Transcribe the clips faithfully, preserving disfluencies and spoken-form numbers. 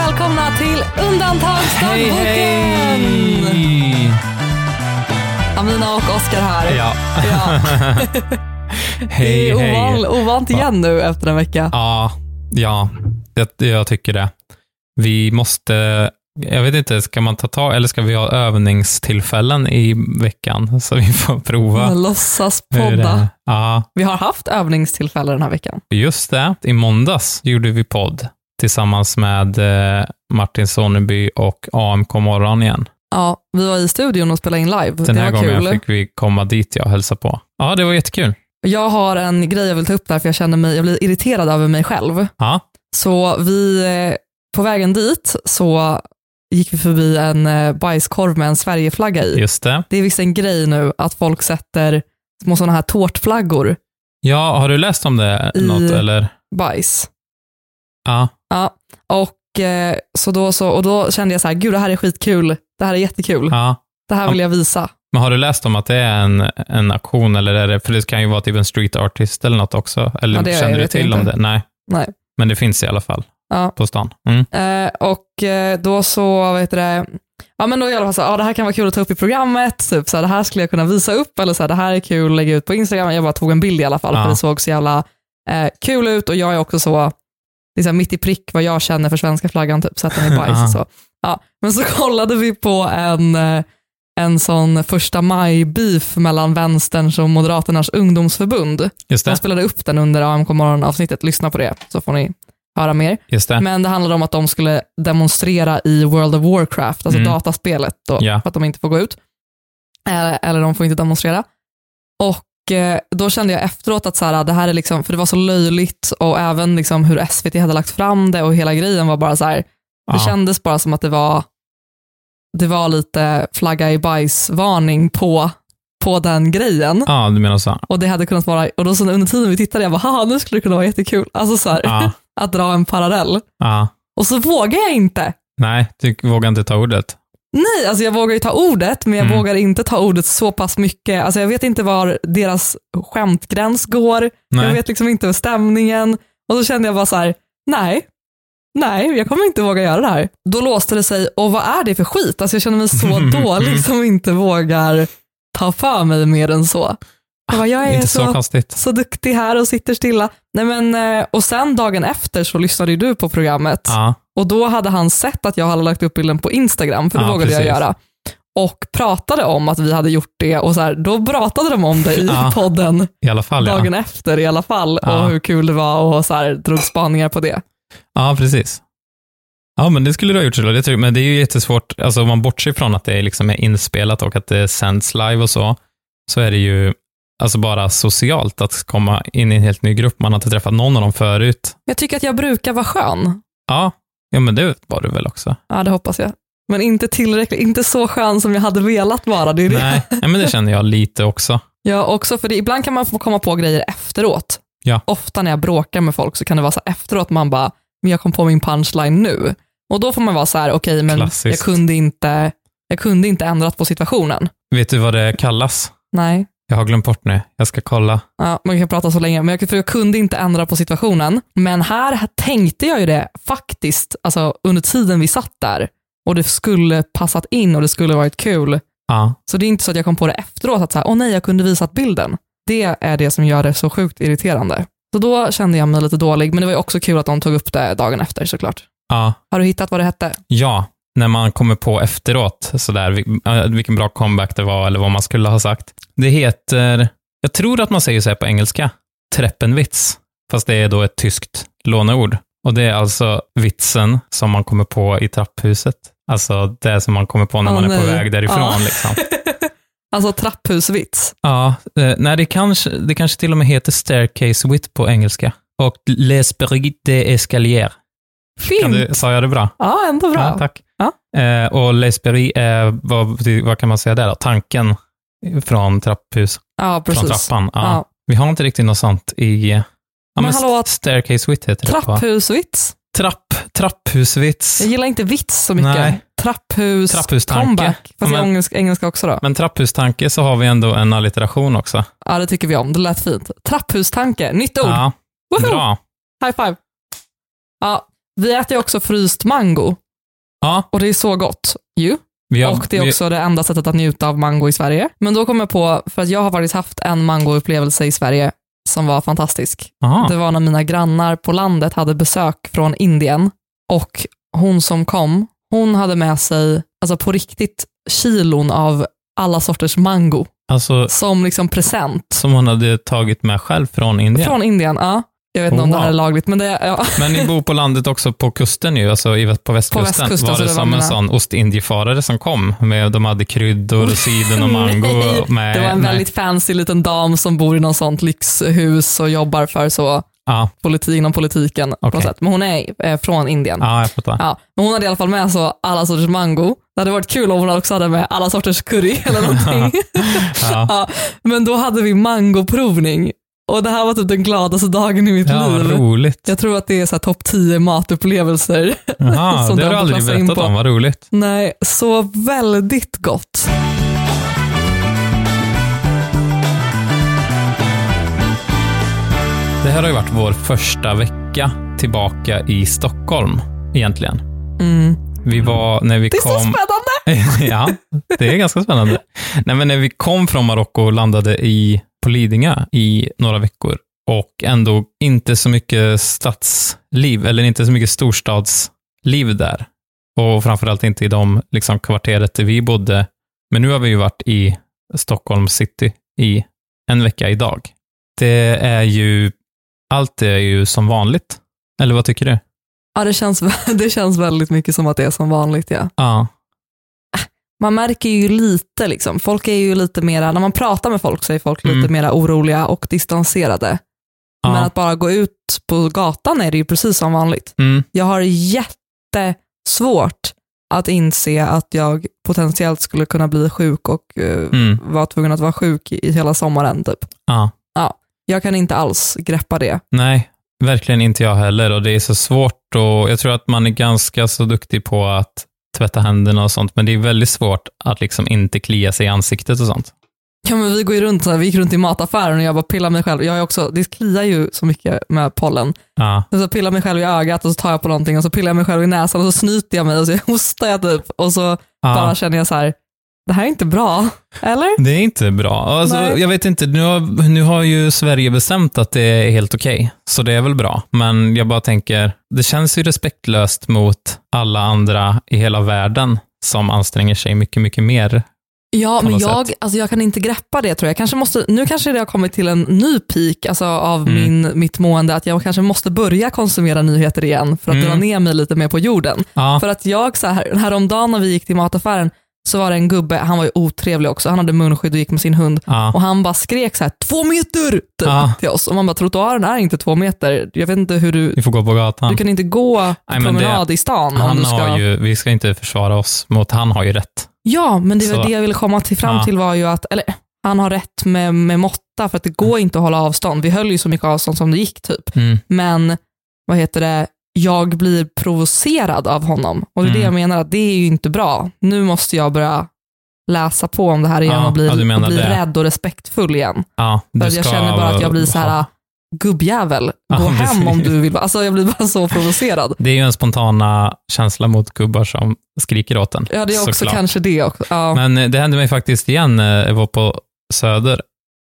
välkomna till Undantagsdagboken! Hej, hej! Amina och Oskar här. Ja. ja. hej, det är hej. ovan, ovant igen nu efter en vecka. Ja, ja jag, jag tycker det. Vi måste, jag vet inte, ska man ta tag eller ska vi ha övningstillfällen i veckan så vi får prova? Låtsas hur det- podda. Ja, Vi har haft övningstillfällen den här veckan. just det. I måndags gjorde vi podd tillsammans med eh, Martin Sonneby och A M K Morgon igen. Ja, vi var i studion och spelade in live. Den det här var gången kul. fick vi komma dit jag och hälsa på. Ja, det var jättekul. Jag har en grej jag vill ta upp där för jag känner mig, jag blir irriterad över mig själv. Ja, Så vi, eh, på vägen dit så gick vi förbi en eh, bajskorv med en Sverigeflagga i. just det. Det är visst en grej nu att folk sätter små sådana här tårtflaggor Ja, har du läst om det I- något eller? bajs. Ja, Ja, och, eh, så då, så, och då kände jag så här, gud det här är skitkul, det här är jättekul, ja. det här vill jag visa. Men har du läst om att det är en, en aktion eller är det, för det kan ju vara typ en street artist eller något också, eller Ja, det känner du vet jag till om inte. det? Nej, Nej. men det finns i alla fall Ja. på stan. Mm. Eh, och eh, då så, vad heter det, ja men då i alla fall så, ja det här kan vara kul att ta upp i programmet, typ så här, det här skulle jag kunna visa upp, eller så här, det här är kul att lägga ut på Instagram. Jag bara tog en bild i alla fall, Ja. för det såg så jävla eh, kul ut och jag är också så, liksom mitt i prick vad jag känner för svenska flaggan, typ, sätta den i bajs och så. Ja, men så kollade vi på en, eh, en sån första maj-beef mellan Vänsterns och Moderaternas ungdomsförbund. Just De det, spelade upp den under A M K morgon-avsnittet, lyssna på det så får ni höra mer. just det. Men det handlade om att de skulle demonstrera i World of Warcraft, alltså Mm. dataspelet då, Ja. för att de inte får gå ut. Eller, eller de får inte demonstrera. Och eh, då kände jag efteråt att så här, det här är liksom, för det var så löjligt och även liksom hur S V T hade lagt fram det och hela grejen var bara så här, det Ja. kändes bara som att det var det var lite flagga i bajs-varning på, på den grejen. Ja, du menar så. Och det hade kunnat vara, och då så under tiden vi tittade, jag bara, haha, nu skulle det kunna vara jättekul. Alltså så här, Ja. att dra en parallell. Ja. Och så vågar jag inte. Nej, du vågar inte ta ordet. Nej, alltså jag vågar ju ta ordet, men jag Mm. vågar inte ta ordet så pass mycket. Alltså jag vet inte var deras skämtgräns går. Nej. Jag vet liksom inte stämningen. Och så kände jag bara så här, nej, nej, jag kommer inte våga göra det här. Då låste det sig, och vad är det för skit? Alltså jag känner mig så dålig som inte vågar ta för mig mer än så. Jag, bara, jag är Inte så, så, konstigt. så duktig här och sitter stilla. Nej, men, eh, och sen dagen efter så lyssnade ju du på programmet. Ja, Och då hade han sett att jag hade lagt upp bilden på Instagram, för det Ja, vågade jag precis. göra. Och pratade om att vi hade gjort det, och så här, då pratade de om det i Ja. podden i alla fall. dagen Ja. efter i alla fall, Ja. och hur kul det var, och så här, drog spaningar på det. ja, precis. Ja, men det skulle du ha gjort så. Det tror- Men det är ju jättesvårt, alltså om man bortser från att det liksom är inspelat och att det sänds live och så, så är det ju alltså bara socialt att komma in i en helt ny grupp. Man har inte träffat någon av dem förut. Jag tycker att jag brukar vara skön. Ja, ja men det var du väl också? Ja, det hoppas jag. Men inte tillräckligt, inte så skön som jag hade velat vara. Det är det. Nej, ja, men det känner jag lite också. Ja, också för det, ibland kan man få komma på grejer efteråt. Ja. Ofta när jag bråkar med folk så kan det vara så här efteråt man bara, men jag kom på min punchline nu. Och då får man vara så här, okej, men jag Klassiskt. kunde, inte, jag kunde inte ändrat på situationen. Vet du vad det kallas? Nej, Jag har glömt bort nu. Jag ska kolla. ja, man kan prata så länge, men jag, för jag kunde inte ändra på situationen. Men här, här tänkte jag ju det faktiskt, alltså under tiden vi satt där, och det skulle passat in och det skulle varit kul. Ja, Så det är inte så att jag kom på det efteråt att så här, åh nej, jag kunde visat bilden. Det är det som gör det så sjukt irriterande. Så då kände jag mig lite dålig, men det var ju också kul att de tog upp det dagen efter såklart. ja, Har du hittat vad det hette? ja. När man kommer på efteråt, sådär, vil- äh, vilken bra comeback det var eller vad man skulle ha sagt. Det heter, jag tror att man säger så här på engelska, Treppenwitz, fast det är då ett tyskt låneord. Och det är alltså vitsen som man kommer på i trapphuset. Alltså det som man kommer på när Åh, man är på nej. väg därifrån. Ja. Liksom. Alltså trapphusvits. Ja, eh, nej, det kanske, det kanske till och med heter staircase wit på engelska. Och l'esprit des escaliers. Kan Fint. du, sa jag det bra? Ja, ändå bra. Ja, tack. Ja. Eh, och l'esprit är, vad, vad kan man säga där då? Tanken från trapphus, Ja, precis. från trappan. Ja. Ja. Vi har inte riktigt något sånt i... Ja, Men men hallå, staircase wit heter det på. trapphusvits. Trapp, trapphusvits. Jag gillar inte vits så mycket. Nej. Trapphus, Trapphustanke. comeback. Fast Ja, i men- engelska, engelska också då. Men trapphustanke så har vi ändå en allitteration också. Ja, det tycker vi om. Det lät fint. Trapphustanke, nytt ord. Ja, Woho! bra. High five. Ja, Vi äter ju också fryst mango. Ja. Och det är så gott ju. Vi har, och det är vi... också det enda sättet att njuta av mango i Sverige. Men då kom jag på, för att jag har faktiskt haft en mangoupplevelse i Sverige som var fantastisk. Aha. Det var när mina grannar på landet hade besök från Indien och hon som kom, hon hade med sig alltså på riktigt kilon av alla sorters mango. Alltså, som liksom present. Som hon hade tagit med själv från Indien? Från Indien, ja. Jag vet inte oh, om det här är lagligt, men det ja. Men ni bor på landet också på kusten ju, alltså på västkusten. På västkusten var det, det som var en sån ostindiefarare som kom med, de hade kryddor och siden och mango. Med, det var en nej. väldigt fancy liten dam som bor i någon sånt lyxhus och jobbar för så ja. politik, inom politiken okay. på något sätt. Men hon är eh, från Indien. Ja, jag fattar. Ja, men hon hade i alla fall med så alla sorters mango. Det hade varit kul om hon också hade med alla sorters curry eller någonting. ja. Ja, men då hade vi mangoprovning. Och det här var typ den gladaste dagen i mitt ja, liv. Roligt. Jag tror att det är så här topp tio matupplevelser. Jaha, det har du aldrig berättat om, vad roligt. Nej, så väldigt gott. Det här har ju varit vår första vecka tillbaka i Stockholm, egentligen. Mm. Vi var, när vi det är kom... så spännande! Ja, det är ganska spännande. Nej, men när vi kom från Marocko och landade i på Lidingö i några veckor och ändå inte så mycket stadsliv eller inte så mycket storstadsliv där. Och framförallt inte i de liksom, kvarteret där vi bodde. Men nu har vi ju varit i Stockholm city i en vecka idag. Det är ju, allt är ju som vanligt. Eller vad tycker du? Ja, det känns, det känns väldigt mycket som att det är som vanligt, ja. Ja. Man märker ju lite, liksom. Folk är ju lite mera, när man pratar med folk så är folk mm. lite mera oroliga och distanserade. Ja. Men att bara gå ut på gatan är det ju precis som vanligt. Mm. Jag har jättesvårt att inse att jag potentiellt skulle kunna bli sjuk och uh, mm. vara tvungen att vara sjuk i, i hela sommaren typ. Ja. Ja, jag kan inte alls greppa det. Nej, verkligen inte jag heller, och det är så svårt, och jag tror att man är ganska så duktig på att tvätta händerna och sånt, men det är väldigt svårt att liksom inte klia sig i ansiktet och sånt. Ja, men vi går ju runt så här, vi gick runt i mataffären och jag bara pillar mig själv. Jag är också, det kliar ju så mycket med pollen. Ja. Och så pillar mig själv i ögat och så tar jag på någonting och så pillar jag mig själv i näsan och så snyter jag mig och så hostar jag typ och så ja. bara känner jag så här, det här är inte bra, eller? Det är inte bra. Alltså, jag vet inte, nu har, nu har ju Sverige bestämt att det är helt okej. Okay, så det är väl bra. Men jag bara tänker, det känns ju respektlöst mot alla andra i hela världen som anstränger sig mycket, mycket mer. Ja, men jag, alltså jag kan inte greppa det, tror jag. Kanske måste, nu kanske det har kommit till en ny peak alltså av mm. min, mitt mående, att jag kanske måste börja konsumera nyheter igen för att mm. dra ner mig lite mer på jorden. Ja. För att jag, så här, häromdagen när vi gick till mataffären så var det en gubbe, han var ju otrevlig också, han hade munskydd och gick med sin hund ja. och han bara skrek så här, två meter typ, ja. till oss. Och man bara, trottoaren är inte två meter. Jag vet inte hur du... Vi får gå på gatan. Du kan inte gå Nej, promenad det, i stan. Han om du ska... har ju, vi ska inte försvara oss mot, han har ju rätt. Ja, men det var så. det jag ville komma till fram ja. till var ju att, eller han har rätt med, med måtta, för att det går inte att hålla avstånd. Vi höll ju så mycket avstånd som det gick typ. Mm. Men, vad heter det, jag blir provocerad av honom. Och det är mm. det jag menar, att det är ju inte bra. Nu måste jag börja läsa på om det här igen ja, och bli, ja, och bli rädd och respektfull igen. Ja, för jag känner bara att jag blir så här, gubbjävel, gå ja, hem om du vill. Alltså jag blir bara så provocerad. Det är ju en spontana känsla mot gubbar som skriker åt en. Ja, det är också såklart. Kanske det också. Ja. Men det hände mig faktiskt igen, jag var på Söder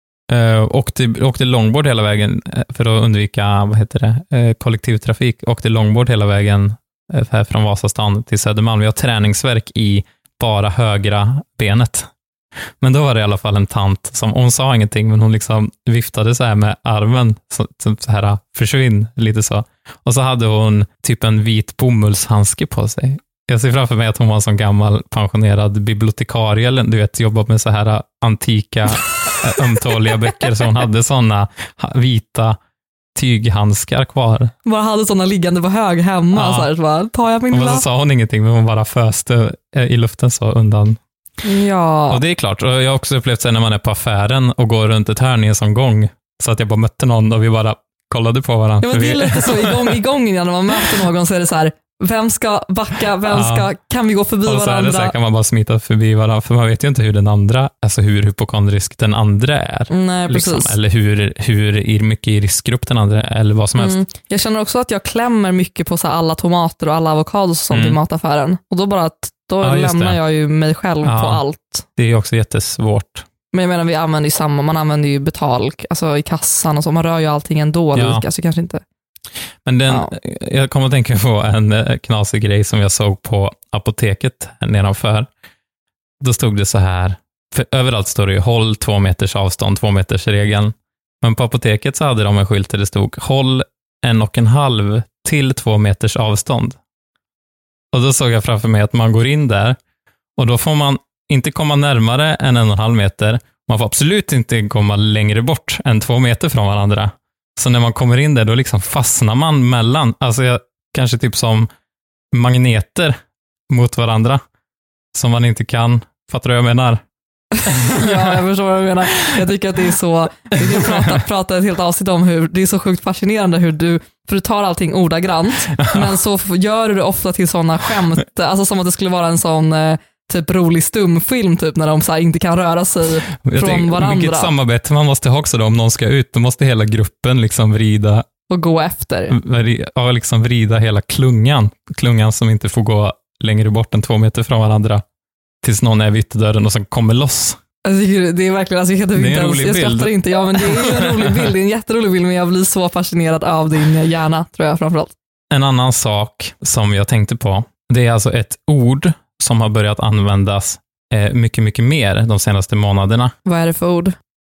och åkte, åkte långbord hela vägen för att undvika, vad heter det, kollektivtrafik. Åkte långbord hela vägen här från Vasastan till Södermalm. Vi har träningsverk i bara högra benet. Men då var det i alla fall en tant som, hon sa ingenting, men hon liksom viftade så här med armen, så, så här försvinn lite så. Och så hade hon typ en vit bomullshandske på sig. Jag ser framför mig att hon var en sån gammal pensionerad bibliotekarie, eller du vet, jobbat med så här antika ömtåliga böcker, så hon hade såna vita tyghandskar kvar. Bara hade såna liggande på hög hemma, ja. Så här, så bara, tar jag min lilla... Och så sa hon ingenting, men hon bara föste i luften så undan. Ja. Och det är klart, och jag har också upplevt sen när man är på affären och går runt ett hörn i en sån gång, så att jag bara mötte någon och vi bara kollade på varandra. Ja, men det är lite så, igång, igång när man möter någon så är det så här, vem ska backa, vem ska, ja. kan vi gå förbi och så varandra? Är det så här, kan man bara smita förbi varandra, för man vet ju inte hur den andra, alltså hur hypokondrisk den andra är. Nej, precis. Liksom, eller hur, hur mycket i riskgrupp den andra är, eller vad som helst. Mm. Jag känner också att jag klämmer mycket på så här, alla tomater och alla avokados och sånt mm. i mataffären. Och då bara, då ja, lämnar jag ju mig själv ja. på allt. Det är också jättesvårt. Men jag menar, vi använder ju samma, man använder ju betal, alltså i kassan och så, man rör ju allting ändå ja. lika, så kanske inte. Men den, ja. jag kommer att tänka på en knasig grej som jag såg på apoteket nedanför. Då stod det så här, för överallt står det ju håll två meters avstånd, två meters regeln. Men på apoteket så hade de en skylt där det stod håll en och en halv till två meters avstånd. Och då såg jag framför mig att man går in där och då får man inte komma närmare än en och en halv meter. Man får absolut inte komma längre bort än två meter från varandra. Så när man kommer in där, då liksom fastnar man mellan, alltså jag, kanske typ som magneter mot varandra. Som man inte kan, fattar du vad jag menar? Ja, jag förstår vad jag menar. Jag tycker att det är så, vi kan prata, prata ett helt avsnitt om hur, det är så sjukt fascinerande hur du, för du tar allting ordagrant, men så gör du det ofta till sådana skämt, alltså som att det skulle vara en sån typ rolig stumfilm typ när de så här inte kan röra sig jag från tänk, varandra. Vilket samarbete man måste ha också då, om någon ska ut, då måste hela gruppen liksom vrida och gå efter. Ja, liksom vrida hela klungan, klungan som inte får gå längre bort än två meter från varandra tills någon är vid ytterdörren och sen kommer loss. Alltså, det är verkligen, alltså, jag, det är en rolig jag skrattar inte, ja men det är ju en rolig bild, det är en jätterolig bild, men jag blir så fascinerad av din hjärna, tror jag framförallt. En annan sak som jag tänkte på, det är alltså ett ord som har börjat användas eh, mycket, mycket mer de senaste månaderna. Vad är det för ord?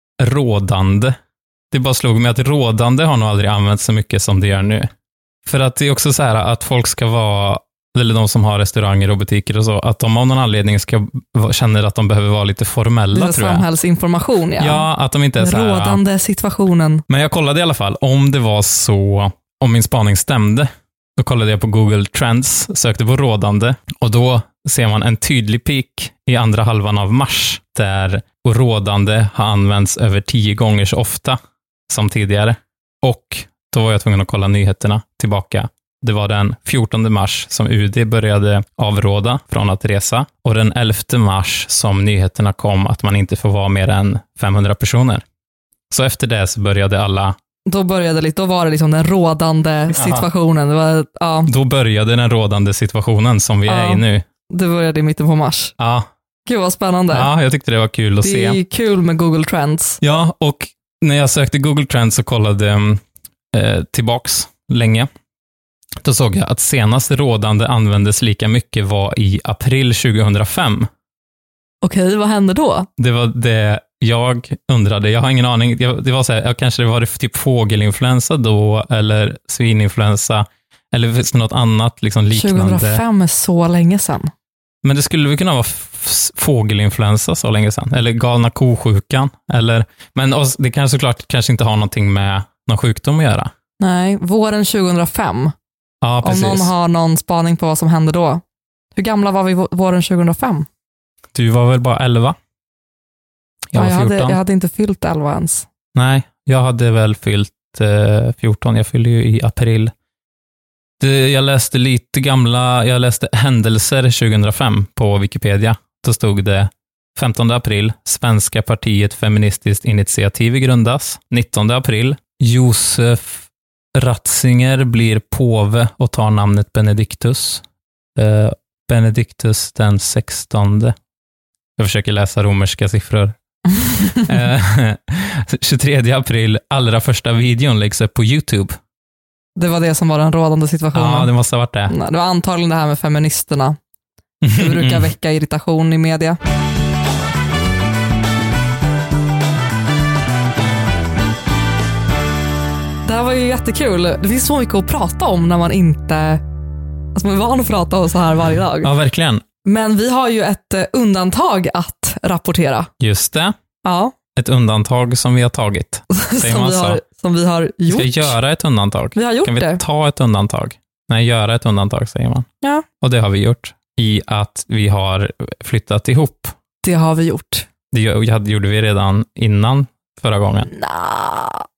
Rådande. Det bara slog mig att rådande har nog aldrig använts så mycket som det gör nu. För att det är också så här att folk ska vara, eller de som har restauranger och butiker och så, att de av någon anledning ska känner att de behöver vara lite formella, tror jag. Samhällsinformation, ja. Ja, att de inte är så här. Rådande situationen. Men jag kollade i alla fall, om det var så, om min spaning stämde, då kollade jag på Google Trends, sökte på rådande, och då ser man en tydlig peak i andra halvan av mars, där rådande har använts över tio gånger så ofta som tidigare. Och då var jag tvungen att kolla nyheterna tillbaka. Det var den fjortonde mars som U D började avråda från att resa, och den elfte mars som nyheterna kom att man inte får vara mer än femhundra personer. Så efter det så började alla... Då började lite, då var det liksom den rådande situationen. Det var, ja. Då började den rådande situationen som vi ja. är i nu. Det började i mitten på mars. Ja. Gud vad spännande. Ja, jag tyckte det var kul att det se. Det är kul med Google Trends. Ja, och när jag sökte Google Trends och kollade eh, tillbaks länge, då såg jag att senast rådande användes lika mycket var i april tjugohundrafem. Okej, vad hände då? Det var det jag undrade. Jag har ingen aning. Det var så här, kanske det var typ fågelinfluensa då, eller svininfluensa, eller finns det något annat liksom liknande? tjugohundrafem är så länge sedan. Men det skulle väl kunna vara f- fågelinfluensa så länge sedan, eller galna kosjukan, eller, men det kan såklart kanske inte ha någonting med någon sjukdom att göra. Nej, våren tjugohundrafem. Ja, precis. Om någon har någon spaning på vad som hände då. Hur gamla var vi våren tjugohundrafem? Du var väl bara elva? Jag, ja, var jag, hade, jag hade inte fyllt elva ens. Nej, jag hade väl fyllt eh, fjorton. Jag fyllde ju i april. Det, jag läste lite gamla, jag läste händelser tjugohundrafem på Wikipedia. Då stod det femtonde april, Svenska partiet Feministiskt initiativ grundas. nittonde april, Josef Ratzinger blir påve och tar namnet Benedictus. Eh, Benedictus den sextonde. Jag försöker läsa romerska siffror. eh, tjugotredje april, allra första videon läggs upp på YouTube. Det var det som var den rådande situationen. Ja, det måste ha varit det. Nej, det var antagligen det här med feministerna. Det brukar väcka irritation i media. Det här var ju jättekul. Det finns så mycket att prata om när man inte... Alltså man är van att prata om så här varje dag. Ja, verkligen. Men vi har ju ett undantag att rapportera. Just det. Ja. Ett undantag som vi har tagit. som, vi har, som vi har gjort. Vi ska göra ett undantag. Vi har gjort kan vi det. ta ett undantag? Nej, göra ett undantag säger man. Ja. Och det har vi gjort i att vi har flyttat ihop. Det har vi gjort. Det gjorde vi redan innan förra gången. Nah.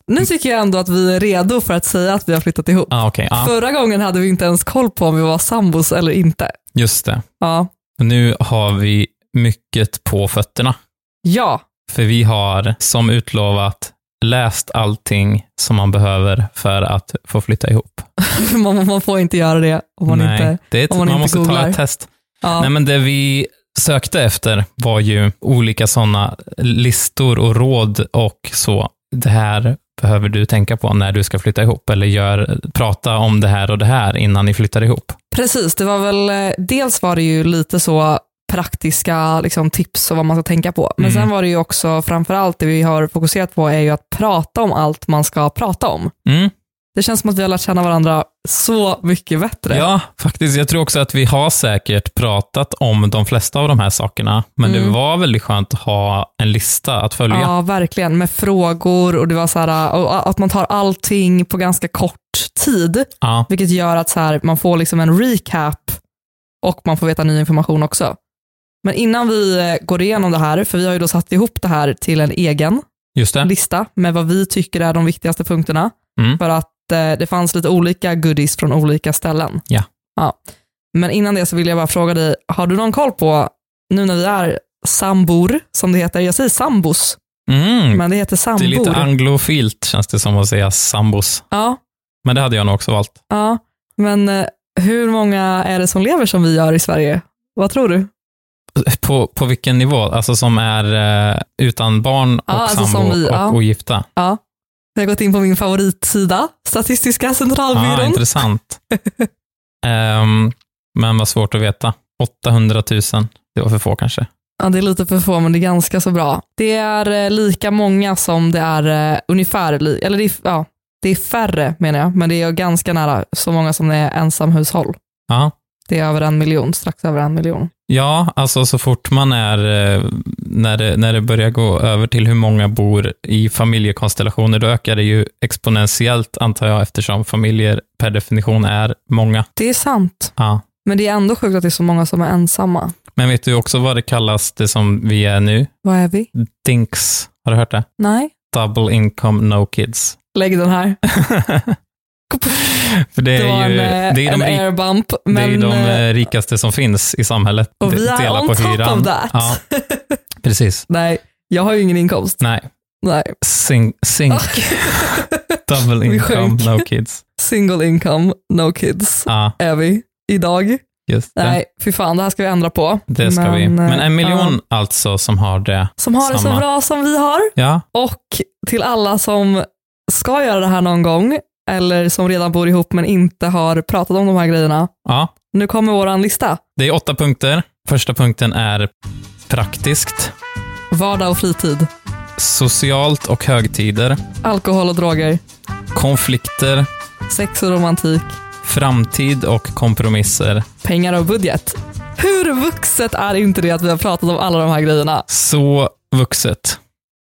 nu tycker jag ändå att vi är redo för att säga att vi har flyttat ihop. Ah, okay. ah. Förra gången hade vi inte ens koll på om vi var sambos eller inte. Just det. Ja. Nu har vi mycket på fötterna. Ja. För vi har, som utlovat, läst allting som man behöver för att få flytta ihop. man, man får inte göra det om man Nej, inte det är ett, om man, man inte måste googlar. ta ett test. Ja. Nej, men det vi sökte efter var ju olika sådana listor och råd och så. Det här behöver du tänka på när du ska flytta ihop, eller gör, prata om det här och det här innan ni flyttar ihop. Precis, det var väl, dels var det ju lite så praktiska liksom, tips och vad man ska tänka på. Men Mm. sen var det ju också, framförallt det vi har fokuserat på är ju att prata om allt man ska prata om. Mm. Det känns som att vi har lärt känna varandra så mycket bättre. Ja, faktiskt. Jag tror också att vi har säkert pratat om de flesta av de här sakerna, men Mm. det var väldigt skönt att ha en lista att följa. Ja, verkligen. Med frågor och det var så här, och att man tar allting på ganska kort tid, Ja, vilket gör att så här, man får liksom en recap och man får veta ny information också. Men innan vi går igenom det här, för vi har ju då satt ihop det här till en egen just det. lista med vad vi tycker är de viktigaste punkterna, Mm. för att eh, det fanns lite olika goodies från olika ställen. Ja. Ja. Men innan det så vill jag bara fråga dig, har du någon koll på, nu när vi är sambor, som det heter, jag säger sambos, Mm. men det heter sambor. Det är lite anglofilt, känns det som att säga sambos. Ja, Men det hade jag nog också valt. ja. Men eh, hur många är det som lever som vi gör i Sverige? Vad tror du? På, på vilken nivå? Alltså som är eh, utan barn och Ja, alltså sambo som vi, och ja. ogifta. Ja. Jag har gått in på min favoritsida, Statistiska Ja, centralbyrån. intressant. um, men vad svårt att veta. åttahundratusen, det var för få kanske. Ja, det är lite för få, men det är ganska så bra. Det är eh, lika många som det är eh, ungefär, li- eller det är, ja, det är färre menar jag, men det är ganska nära så många som det är ensamhushåll. Ja. Det är över en miljon, strax över en miljon. Ja, alltså så fort man är, eh, när det, när det börjar gå över till hur många bor i familjekonstellationer, då ökar det ju exponentiellt, antar jag, eftersom familjer per definition är många. Det är sant, Ja. men det är ändå sjukt att det är så många som är ensamma. Men vet du också vad det kallas, det som vi är nu? Vad är vi? Dinks. Har du hört det? Nej, Double income, no kids. lägg den här. För det är Det var ju en, det är en de, rik, airbump. det är ju Men, de eh, eh, rikaste som finns i samhället. och vi De är delar on på top hyran. of that. Ja, precis. Nej, jag har ju ingen inkomst. Nej, Nej. sink. sink. Double Vi income, sjönk. no kids. Single income, no kids, Ja, är vi idag. just det. Nej, fy fan, det här ska vi ändra på. Det ska vi. Men, Men eh, en miljon ja, alltså som har det. som har det så samma. bra som vi har. Ja, Och till alla som ska göra det här någon gång, eller som redan bor ihop men inte har pratat om de här grejerna. ja. Nu kommer våran lista. Det är åtta punkter. Första punkten är praktiskt, Vardag och fritid. socialt och högtider, Alkohol och droger. konflikter, Sex och romantik. framtid och kompromisser. Pengar och budget. Hur vuxet är inte det att vi har pratat om alla de här grejerna? Så vuxet.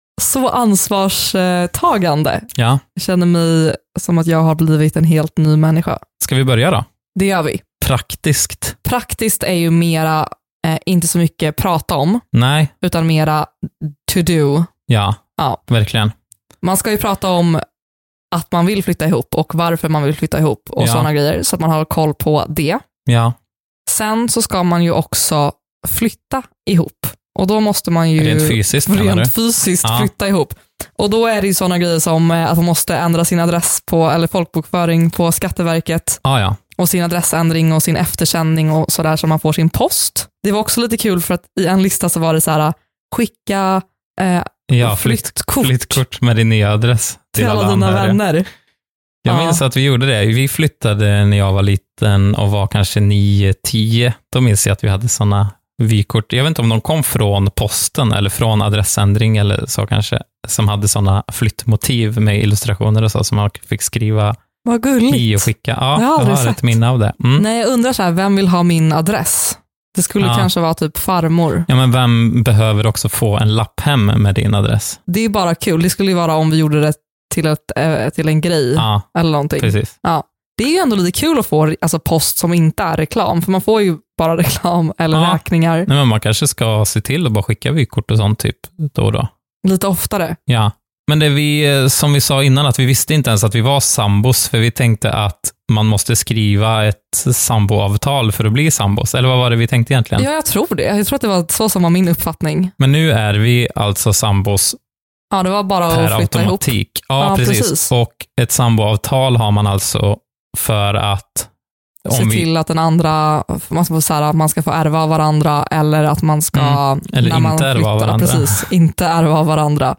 Så ansvarstagande. Ja. Jag känner mig som att jag har blivit en helt ny människa. Ska vi börja då? Det gör vi. Praktiskt. Praktiskt är ju mera, eh, inte så mycket prata om, Nej. utan mera to do. Ja, Ja. verkligen. Man ska ju prata om att man vill flytta ihop och varför man vill flytta ihop och Ja. sådana grejer, så att man har koll på det. Ja. Sen så ska man ju också flytta ihop. Och då måste man ju Rent fysiskt menar du? rent fysiskt Ja. flytta ihop. Och då är det ju sådana grejer som eh, att man måste ändra sin adress på, eller folkbokföring på Skatteverket, Ah, ja. och sin adressändring och sin eftersändning och sådär, som man får sin post. Det var också lite kul för att i en lista så var det så här: skicka eh, Ja, flytt, flyttkort flyttkort med din nya adress till alla dina anhöriga. vänner. Jag Ja. minns att vi gjorde det. Vi flyttade när jag var liten och var kanske nio tio. Då minns jag att vi hade sådana vykort. Jag vet inte om de kom från posten eller från adressändring eller så kanske, som hade sådana flyttmotiv med illustrationer och så, som man fick skriva Vad gulligt. i och skicka. Ja, Jag har jag aldrig har sett. ett minne av det. Mm. Nej, jag undrar så här, vem vill ha min adress? Det skulle Ja. kanske vara typ farmor. Ja, men vem behöver också få en lapp hem med din adress? Det är bara kul. Det skulle ju vara om vi gjorde det till, ett, eh, till en grej Ja, eller någonting. precis. Ja. Det är ju ändå lite kul att få alltså, post som inte är reklam, för man får ju bara reklam eller Ja. räkningar Nej, men man kanske ska se till att bara skicka vykort och sånt typ då och då. lite oftare. Ja, Men det vi, som vi sa innan, att vi visste inte ens att vi var sambos, för vi tänkte att man måste skriva ett samboavtal för att bli sambos. Eller vad var det vi tänkte egentligen? Ja, jag tror det. Jag tror att det var så som var min uppfattning. Men nu är vi alltså sambos. Ja, det var bara per att flytta automatik. ihop. Ja, ja precis. precis. Och ett samboavtal har man alltså för att om se till vi... att den andra, man ska få så här, att man ska få ärva av varandra, eller att man ska mm. eller inte man ärva av varandra. Precis, inte ärva av varandra.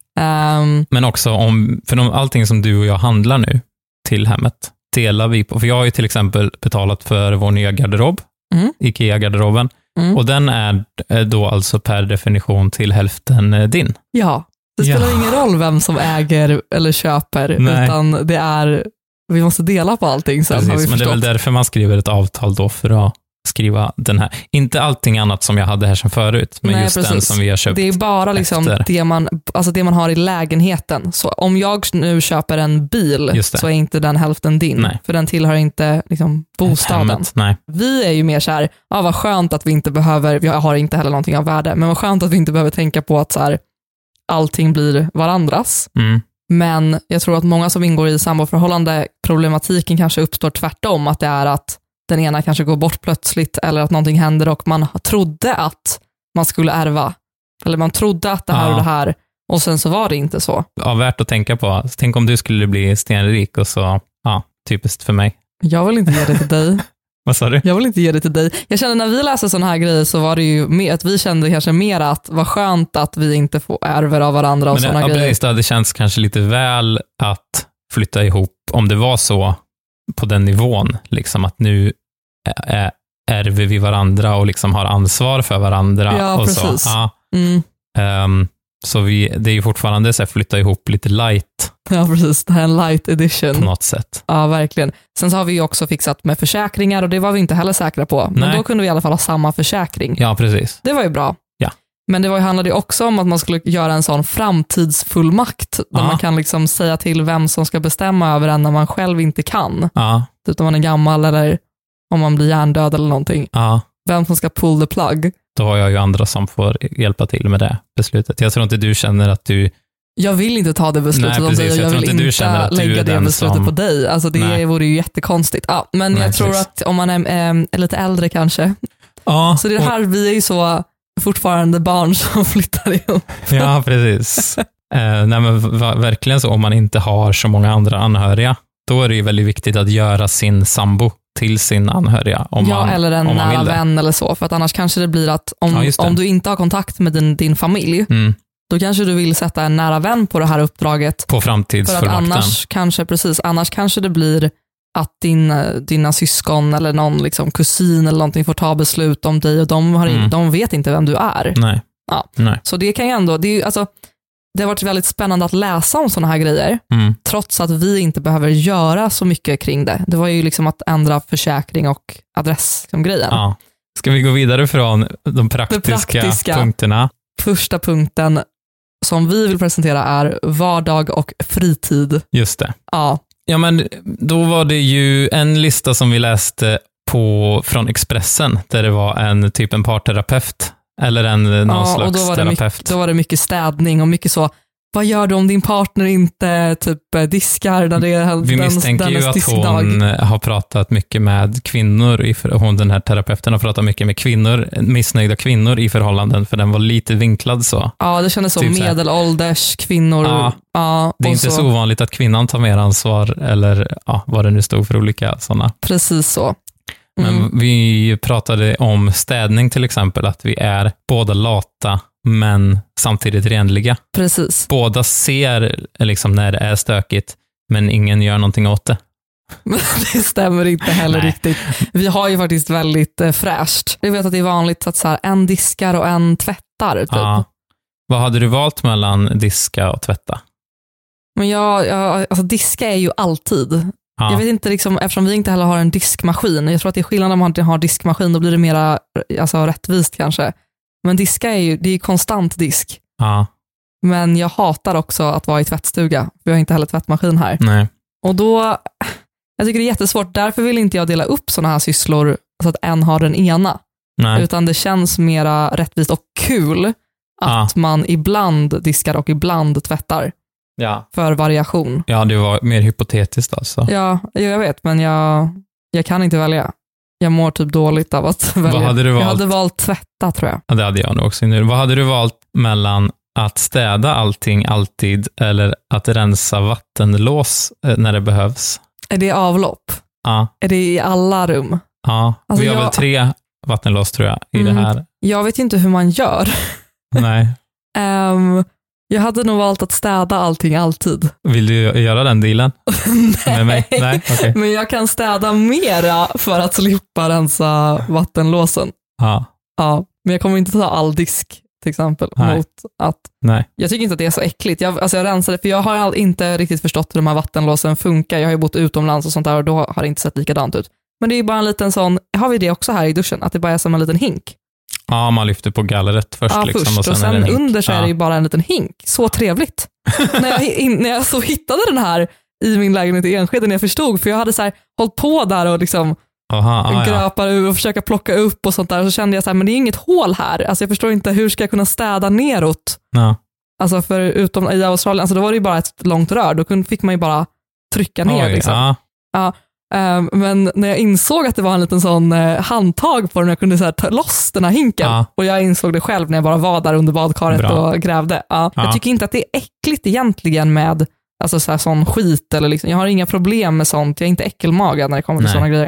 Um... Men också om, för de, allting som du och jag handlar nu till hemmet delar vi på. För jag har ju till exempel betalat för vår nya garderob, mm. IKEA-garderoben. Mm. Och den är då alltså per definition till hälften din. Ja, det spelar ja. ingen roll vem som äger eller köper, Nej. utan det är, vi måste dela på allting sen. Precis, har vi men förstått. Det är väl därför man skriver ett avtal då, för att skriva den här. Inte allting annat som jag hade här som förut, men Nej, just precis. den som vi har köpt. Det är bara liksom det man, alltså det man har i lägenheten. Så om jag nu köper en bil så är inte den hälften din. Nej. För den tillhör inte liksom bostaden. Hemmet, nej. Vi är ju mer så här, ja, vad skönt att vi inte behöver, vi har inte heller någonting av värde, men vad skönt att vi inte behöver tänka på att så här, allting blir varandras. Mm. Men jag tror att många som ingår i samboförhållande, problematiken kanske uppstår tvärtom, att det är att den ena kanske går bort plötsligt, eller att någonting händer och man trodde att man skulle ärva. Eller man trodde att det här ja. och det här, och sen så var det inte så. Ja, värt att tänka på. Tänk om du skulle bli stenrik och så, ja, typiskt för mig. Jag vill inte ge det till dig. Vad sa du? Jag vill inte ge det till dig. Jag kände när vi läste sådana här grejer så var det ju mer, att vi kände kanske mer att vad skönt att vi inte får ärver av varandra och sådana ja, grejer. Precis, det hade känts kanske lite väl att flytta ihop om det var så på den nivån, liksom att nu är, ärver vi varandra och liksom har ansvar för varandra. Ja, och precis. Så, ja. Mm. Um, så vi, det är ju fortfarande så att flytta ihop lite light. Ja, precis. Det här är en light edition. På något sätt. Ja, verkligen. Sen så har vi ju också fixat med försäkringar och det var vi inte heller säkra på. Men Nej. Då kunde vi i alla fall ha samma försäkring. Ja, precis. Det var ju bra. Ja. Men det var ju, handlade ju också om att man skulle göra en sån framtidsfullmakt där ja. man kan liksom säga till vem som ska bestämma över en när man själv inte kan. Ja. Typ om man är gammal eller om man blir hjärndöd eller någonting. Ja. Vem som ska pull the plug. Då har jag ju andra som får hjälpa till med det beslutet. Jag tror inte du känner att du... Jag vill inte ta det beslutet Nej, om dig. Jag, jag vill inte, inte lägga det beslutet som... på dig. Alltså det Nej. vore ju jättekonstigt. Ja, men Nej, jag tror precis. att om man är, är lite äldre kanske. Ja, så det här, och... vi är ju så fortfarande barn som flyttar ihop. Ja, precis. eh, nej, men verkligen så, om man inte har så många andra anhöriga, då är det ju väldigt viktigt att göra sin sambo till sin anhöriga. Om ja, man, eller en om man nära vän eller så. För att annars kanske det blir att om, ja, om du inte har kontakt med din, din familj, mm. då kanske du vill sätta en nära vän på det här uppdraget. På framtidsfullmakten. För att annars kanske, precis, annars kanske det blir att din, dina syskon eller någon liksom kusin eller någonting får ta beslut om dig och de, har, mm. de vet inte vem du är. Nej. Ja. Nej. Så det kan ju ändå, det, är ju, alltså, det har varit väldigt spännande att läsa om sådana här grejer, mm. trots att vi inte behöver göra så mycket kring det. Det var ju liksom att ändra försäkring och adress som grejen. Ja. Ska vi gå vidare från de praktiska, praktiska punkterna? Första punkten som vi vill presentera är vardag och fritid. Just det. Ja. Ja, men då var det ju en lista som vi läste på från Expressen, där det var en typ en parterapeut eller en någon ja, slags och då var terapeut. Det mycket, då var det mycket städning och mycket så, vad gör du om din partner inte typ diskar när det är Vi den, misstänker ju att diskdag. hon har pratat mycket med kvinnor, i, hon den här terapeuten har pratat mycket med kvinnor, missnöjda kvinnor i förhållanden, för den var lite vinklad så. Ja, det kändes som typ medelålders kvinnor. Ja, ja, det är inte så. så ovanligt att kvinnan tar mer ansvar eller ja, vad det nu stod för olika sådana. Precis så. Mm. Men vi pratade om städning till exempel, att vi är båda lata men samtidigt renliga. Precis. Båda ser liksom när det är stökigt, men ingen gör någonting åt det. Det stämmer inte heller riktigt. Vi har ju faktiskt väldigt eh, fräscht. Vi vet att det är vanligt att så här, en diskar och en tvättar. Typ. Ja. Vad hade du valt mellan diska och tvätta? Men jag, jag, alltså diska är ju alltid. Ja. Jag vet inte, liksom, eftersom vi inte heller har en diskmaskin. Jag tror att det är skillnad om man inte har diskmaskin. Då blir det mera alltså, rättvist kanske. Men diska är ju, det är ju konstant disk. Ja. Men jag hatar också att vara i tvättstuga. Vi har inte heller tvättmaskin här. Nej. Och då, jag tycker det är jättesvårt. Därför vill inte jag dela upp sådana här sysslor så att en har den ena. Nej. Utan det känns mera rättvist och kul att ja. man ibland diskar och ibland tvättar. Ja. För variation. Ja, det var mer hypotetiskt alltså. Ja, jag vet, men jag, jag kan inte välja. Jag mår typ dåligt av att välja. Vad hade du valt? Jag hade valt tvätta, tror jag. Ja, det hade jag nog också nu. Vad hade du valt mellan att städa allting alltid eller att rensa vattenlås när det behövs? Är det avlopp? Ja. Är det i alla rum? Ja, Alltså vi har jag... väl tre vattenlås tror jag i mm. det här. Jag vet inte hur man gör. Nej. um, jag hade nog valt att städa allting alltid. Vill du göra den dealen? Nej, med mig? Nej? Okay. Men jag kan städa mera för att slippa rensa vattenlåsen. Ja. Ja, men jag kommer inte ta all disk till exempel. Nej. Mot att Nej. Jag tycker inte att det är så äckligt. Jag, alltså jag rensade, för jag har inte riktigt förstått hur de här vattenlåsen funkar. Jag har ju bott utomlands och sånt där och då har det inte sett likadant ut. Men det är bara en liten sån, har vi det också här i duschen? Att det bara är som en liten hink. Ja, man lyfter på gallret först. Ja, liksom, först och sen, och sen, är det under så ja. är det ju bara en liten hink. Så trevligt. när, jag, in, när jag så hittade den här i min lägenhet i Enskede, när jag förstod, för jag hade så här hållit på där och liksom Aha, ah, gröpar ur och försöka plocka upp och sånt där, så kände jag så här, men det är inget hål här. Alltså jag förstår inte, hur ska jag kunna städa neråt? Ja. Alltså för utom i Australien, alltså då var det ju bara ett långt rör, då kunde, fick man ju bara trycka ner. Oj, liksom. ja. Ja, um, men när jag insåg att det var en liten sån uh, handtag på den, jag kunde så här, ta loss den här hinken, Ja. och jag insåg det själv när jag bara var där under badkaret Bra. och grävde. Ja. Ja. Jag tycker inte att det är äckligt egentligen med alltså så här, sån skit, eller liksom, jag har inga problem med sånt, jag är inte äckelmagad när det kommer till Nej. såna grejer.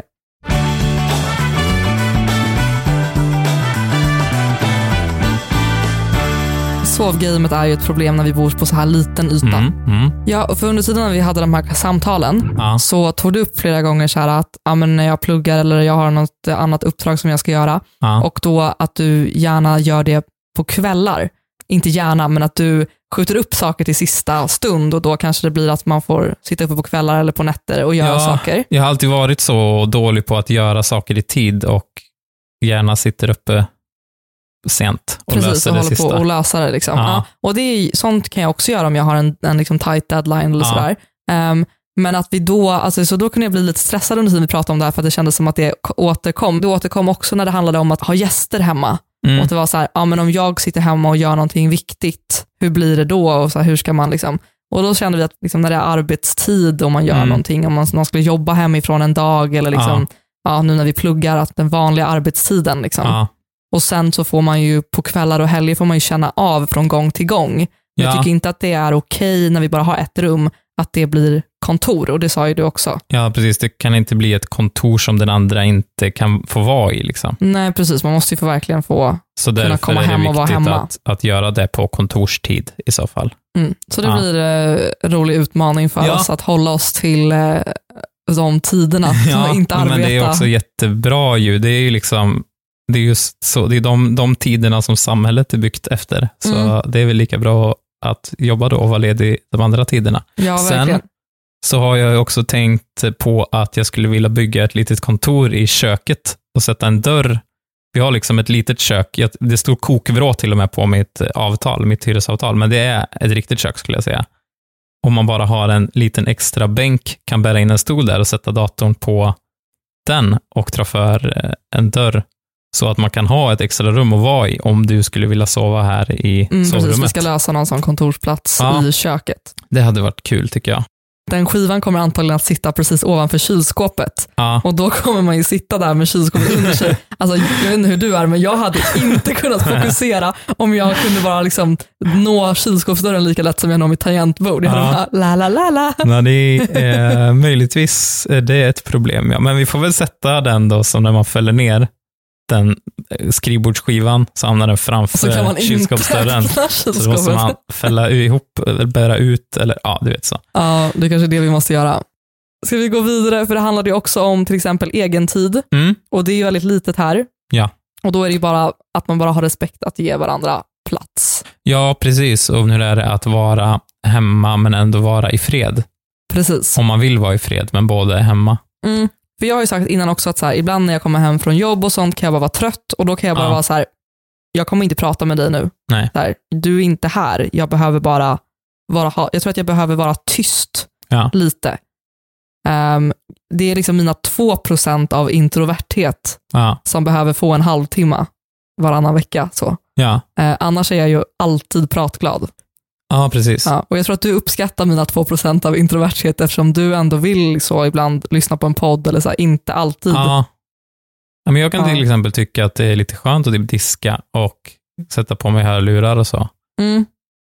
Sovgamet är ju ett problem när vi bor på så här liten yta. Mm, mm. Ja, för under tiden när vi hade de här samtalen Ja. så tog du upp flera gånger så här att ja, men när jag pluggar eller jag har något annat uppdrag som jag ska göra, Ja. och då att du gärna gör det på kvällar. Inte gärna, men att du skjuter upp saker till sista stund, och då kanske det blir att man får sitta uppe på kvällar eller på nätter och göra Ja, saker. Jag har alltid varit så dålig på att göra saker i tid och gärna sitter uppe sent och Precis, löser och det håller sista. på och lösa det. Liksom. Ja. Ja, och det är, sånt kan jag också göra om jag har en, en liksom tight deadline eller Ja. sådär. Um, men att vi då, alltså, så då kunde jag bli lite stressad under tiden vi pratade om det här, för att det kändes som att det återkom. Det återkom också när det handlade om att ha gäster hemma. Mm. Och att det var så här, ja men om jag sitter hemma och gör någonting viktigt, hur blir det då? Och så här, hur ska man liksom... Och då kände vi att liksom, när det är arbetstid och man gör Mm. någonting, om man, man skulle jobba hemifrån en dag, eller liksom, ja. Ja, nu när vi pluggar, att den vanliga arbetstiden liksom. Ja. Och sen så får man ju på kvällar och helger får man ju känna av från gång till gång. Men Ja. jag tycker inte att det är okej när vi bara har ett rum, att det blir kontor, och det sa ju du också. Ja, precis. Det kan inte bli ett kontor som den andra inte kan få vara i. Liksom. Nej, precis. Man måste ju få verkligen få Så kunna därför komma är det hem och vara viktigt hemma. att, att göra det på kontorstid i så fall. Mm. Så det Ja. blir eh, en rolig utmaning för Ja. oss att hålla oss till eh, de tiderna. Ja, och inte arbeta. men det är också jättebra ju. Det är ju liksom, det är just så, det är de, de tiderna som samhället är byggt efter. Så Mm. det är väl lika bra att jobba då och vara ledig de andra tiderna. Ja, verkligen. Sen så har jag också tänkt på att jag skulle vilja bygga ett litet kontor i köket och sätta en dörr. Vi har liksom ett litet kök. Det står kokvrå till och med på mitt avtal, mitt hyresavtal, men det är ett riktigt kök skulle jag säga. Om man bara har en liten extra bänk, kan bära in en stol där och sätta datorn på den och dra för en dörr så att man kan ha ett extra rum att vara i om du skulle vilja sova här i Mm, sovrummet. precis, vi ska lösa någon sån kontorsplats Ja. i köket. Det hade varit kul tycker jag. Den skivan kommer antagligen att sitta precis ovanför kylskåpet. Ja. Och då kommer man ju sitta där med kylskåpet under sig. Alltså, jag vet inte hur du är, men jag hade inte kunnat fokusera om jag kunde bara liksom nå kylskåpsdörren lika lätt som jag når mitt tangentbord. Jag hade Ja. bara, la la la la. Nej, det är, möjligtvis är det ett problem, ja. Men vi får väl sätta den då som när man fäller ner den skrivbordsskivan så hamnar den framför Så kan man inte kylskåpsdörren. öppna Så då måste man kylskåpet. fälla ihop eller bära ut eller ja, du vet så. Ja, det är kanske är det vi måste göra. Ska vi gå vidare? För det handlade ju också om till exempel egen tid. Mm. Och det är ju väldigt litet här. Ja. Och då är det ju bara att man bara har respekt att ge varandra plats. Ja, precis. Och nu är det att vara hemma men ändå vara i fred. Precis. Om man vill vara i fred men båda är hemma. Mm. För jag har ju sagt innan också att så här, ibland när jag kommer hem från jobb och sånt kan jag bara vara trött, och då kan jag bara Ja. vara så här, jag kommer inte prata med dig nu. Nej. Så här, du är inte här. Jag behöver bara vara, ha, jag tror att jag behöver vara tyst Ja. lite. Um, det är liksom mina två procent av introverthet Ja. som behöver få en halvtimme varannan vecka. Så. Ja. Uh, annars är jag ju alltid pratglad. Ja, precis. Ja, och jag tror att du uppskattar mina två procent av introverthet eftersom du ändå vill så ibland lyssna på en podd eller så här, inte alltid. Ja. Ja, men jag kan till Ja. exempel tycka att det är lite skönt att typ diska och sätta på mig hörlurar och så. Mm.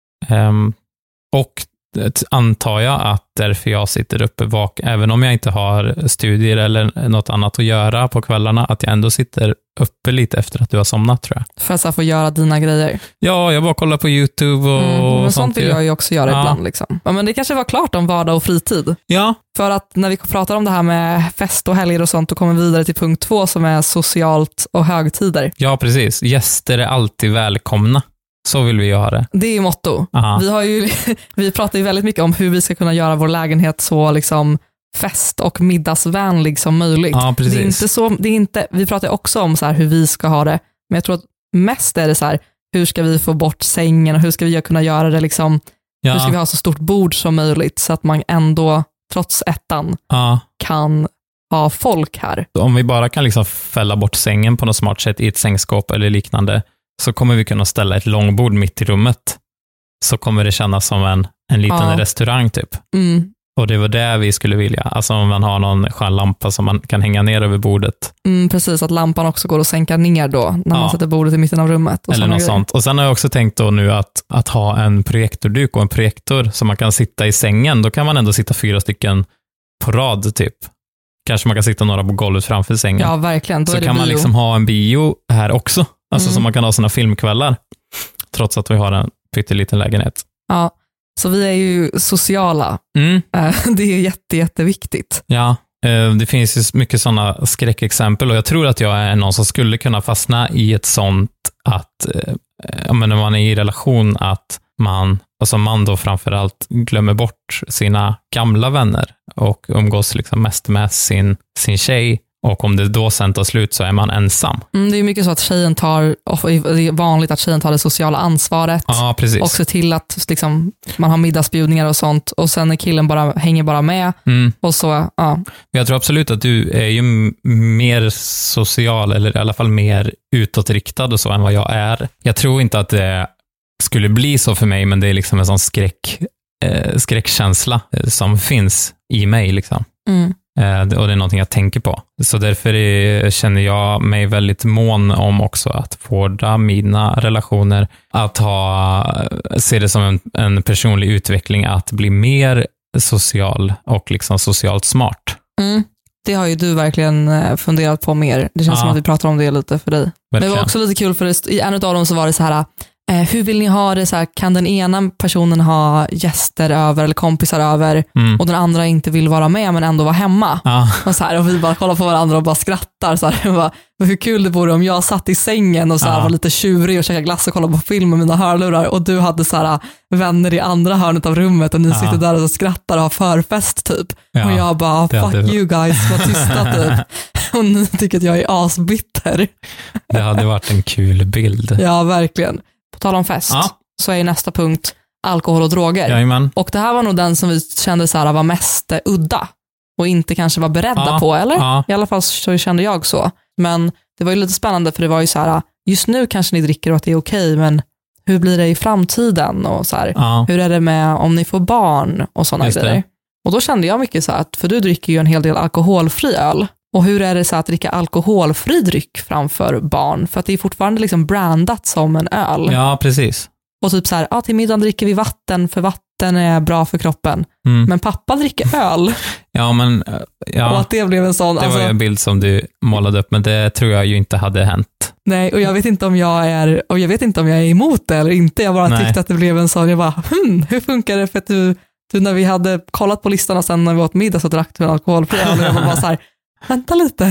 Um, och det antar jag att därför jag sitter uppe vak, även om jag inte har studier eller något annat att göra på kvällarna, att jag ändå sitter uppe lite efter att du har somnat, tror jag. För att så här, få göra dina grejer. Ja, jag bara kollar på YouTube och Mm, men sånt. sånt vill ju. jag ju också göra Ja. ibland. Liksom. Ja, men det kanske var klart om vardag och fritid. Ja, För att när vi pratar om det här med fest och helger och sånt, då kommer vi vidare till punkt två som är socialt och högtider. ja, precis. Gäster är alltid välkomna. Så vill vi ha det. Det är ju motto. Aha. Vi, har ju, vi pratar ju väldigt mycket om hur vi ska kunna göra vår lägenhet så liksom fest- och middagsvänlig som möjligt. Ja, precis. Det är inte så, det är inte, vi pratar också om så här hur vi ska ha det, men jag tror att mest är det så här, hur ska vi få bort sängen och hur ska vi kunna göra det liksom, Ja, hur ska vi ha så stort bord som möjligt så att man ändå, trots ettan, ja. kan ha folk här. Om vi bara kan liksom fälla bort sängen på något smart sätt i ett sängskåp eller liknande, så kommer vi kunna ställa ett långbord mitt i rummet. Så kommer det kännas som en, en liten Ja. restaurang typ. Mm. Och det var det vi skulle vilja. Alltså om man har någon skön lampa som man kan hänga ner över bordet. Mm, precis, att lampan också går att sänka ner då när Ja. man sätter bordet i mitten av rummet. Och Eller såna något grejer. sånt. Och sen har jag också tänkt då nu att, att ha en projektorduk och en projektor så man kan sitta i sängen. Då kan man ändå sitta fyra stycken på rad typ. Kanske man kan sitta några på golvet framför sängen. Ja, verkligen. Då så är det kan man bio. liksom ha en bio här också. Alltså Mm. så man kan ha sina filmkvällar. Trots att vi har en pytteliten lägenhet. Ja, så vi är ju sociala. Mm. Eh, Det är jätte, jätteviktigt. Ja, eh, det finns ju mycket sådana skräckexempel och jag tror att jag är någon som skulle kunna fastna i ett sånt att, eh, ja, men när man är i relation, att man, alltså man då framförallt glömmer bort sina gamla vänner och umgås liksom mest med sin, sin tjej. Och om det då sen tar slut så är man ensam. Mm, det är mycket så att tjejen tar, och det är vanligt att tjejen tar det sociala ansvaret Ja, precis. och ser till att liksom, man har middagsbjudningar och sånt och sen är killen bara, hänger bara med Mm. och så, ja. Jag tror absolut att du är ju m- mer social, eller i alla fall mer utåtriktad och så än vad jag är. Jag tror inte att det skulle bli så för mig, men det är liksom en sån skräck, eh, skräckkänsla eh, som finns i mig liksom. Mm. Eh, och det är någonting jag tänker på. Så därför är, känner jag mig väldigt mån om också att vårda mina relationer, att ha, se det som en, en personlig utveckling, att bli mer social och liksom socialt smart. Mm. Det har ju du verkligen eh, funderat på mer. Det känns Ja. som att vi pratar om det lite för dig. Men det Verkligen. var också lite kul för det, i en av dem så var det så här, eh, hur vill ni ha det så här, kan den ena personen ha gäster över eller kompisar över Mm. och den andra inte vill vara med men ändå vara hemma. Ja. Och, så här, och vi bara kollar på varandra och bara skrattar. Så här, bara, hur kul det vore om jag satt i sängen och så här, Ja. var lite tjurig och käkade glass och kollade på film med mina hörlurar och du hade så här, vänner i andra hörnet av rummet och ni Ja. sitter där och skrattar och har förfest typ. Ja, och jag bara, det fuck hade- you guys, var tysta typ. Och ni tycker att jag är asbitter. Det hade varit en kul bild. Ja, verkligen. På tal om fest Ja. så är nästa punkt alkohol och droger. Jajamän. Och det här var nog den som vi kände så här var mest eh, udda och inte kanske var beredda Ja, på, eller? ja. I alla fall så kände jag så. Men det var ju lite spännande för det var ju så här, just nu kanske ni dricker och att det är okej, men hur blir det i framtiden? Och så här, Ja. hur är det med om ni får barn och sådana Just det. grejer? Och då kände jag mycket så här, att för du dricker ju en hel del alkoholfri öl. Och hur är det så att dricka alkoholfri dryck framför barn? För att det är fortfarande liksom brandat som en öl. Ja, precis. Och typ så här, ja, till middagen dricker vi vatten för vatten är bra för kroppen. Mm. Men pappa dricker öl. Ja, men Och ja, att det blev en sån, det alltså, var ju en bild som du målade upp, men det tror jag ju inte hade hänt. nej, och jag vet inte om jag är, och jag vet inte om jag är emot det eller inte. Jag bara Nej. tyckte att det blev en sån, jag bara, hmm, hur funkar det? För att du, du, när vi hade kollat på listan och sen när vi åt middag så drack du en alkoholfri öl och jag var bara så här, vänta lite.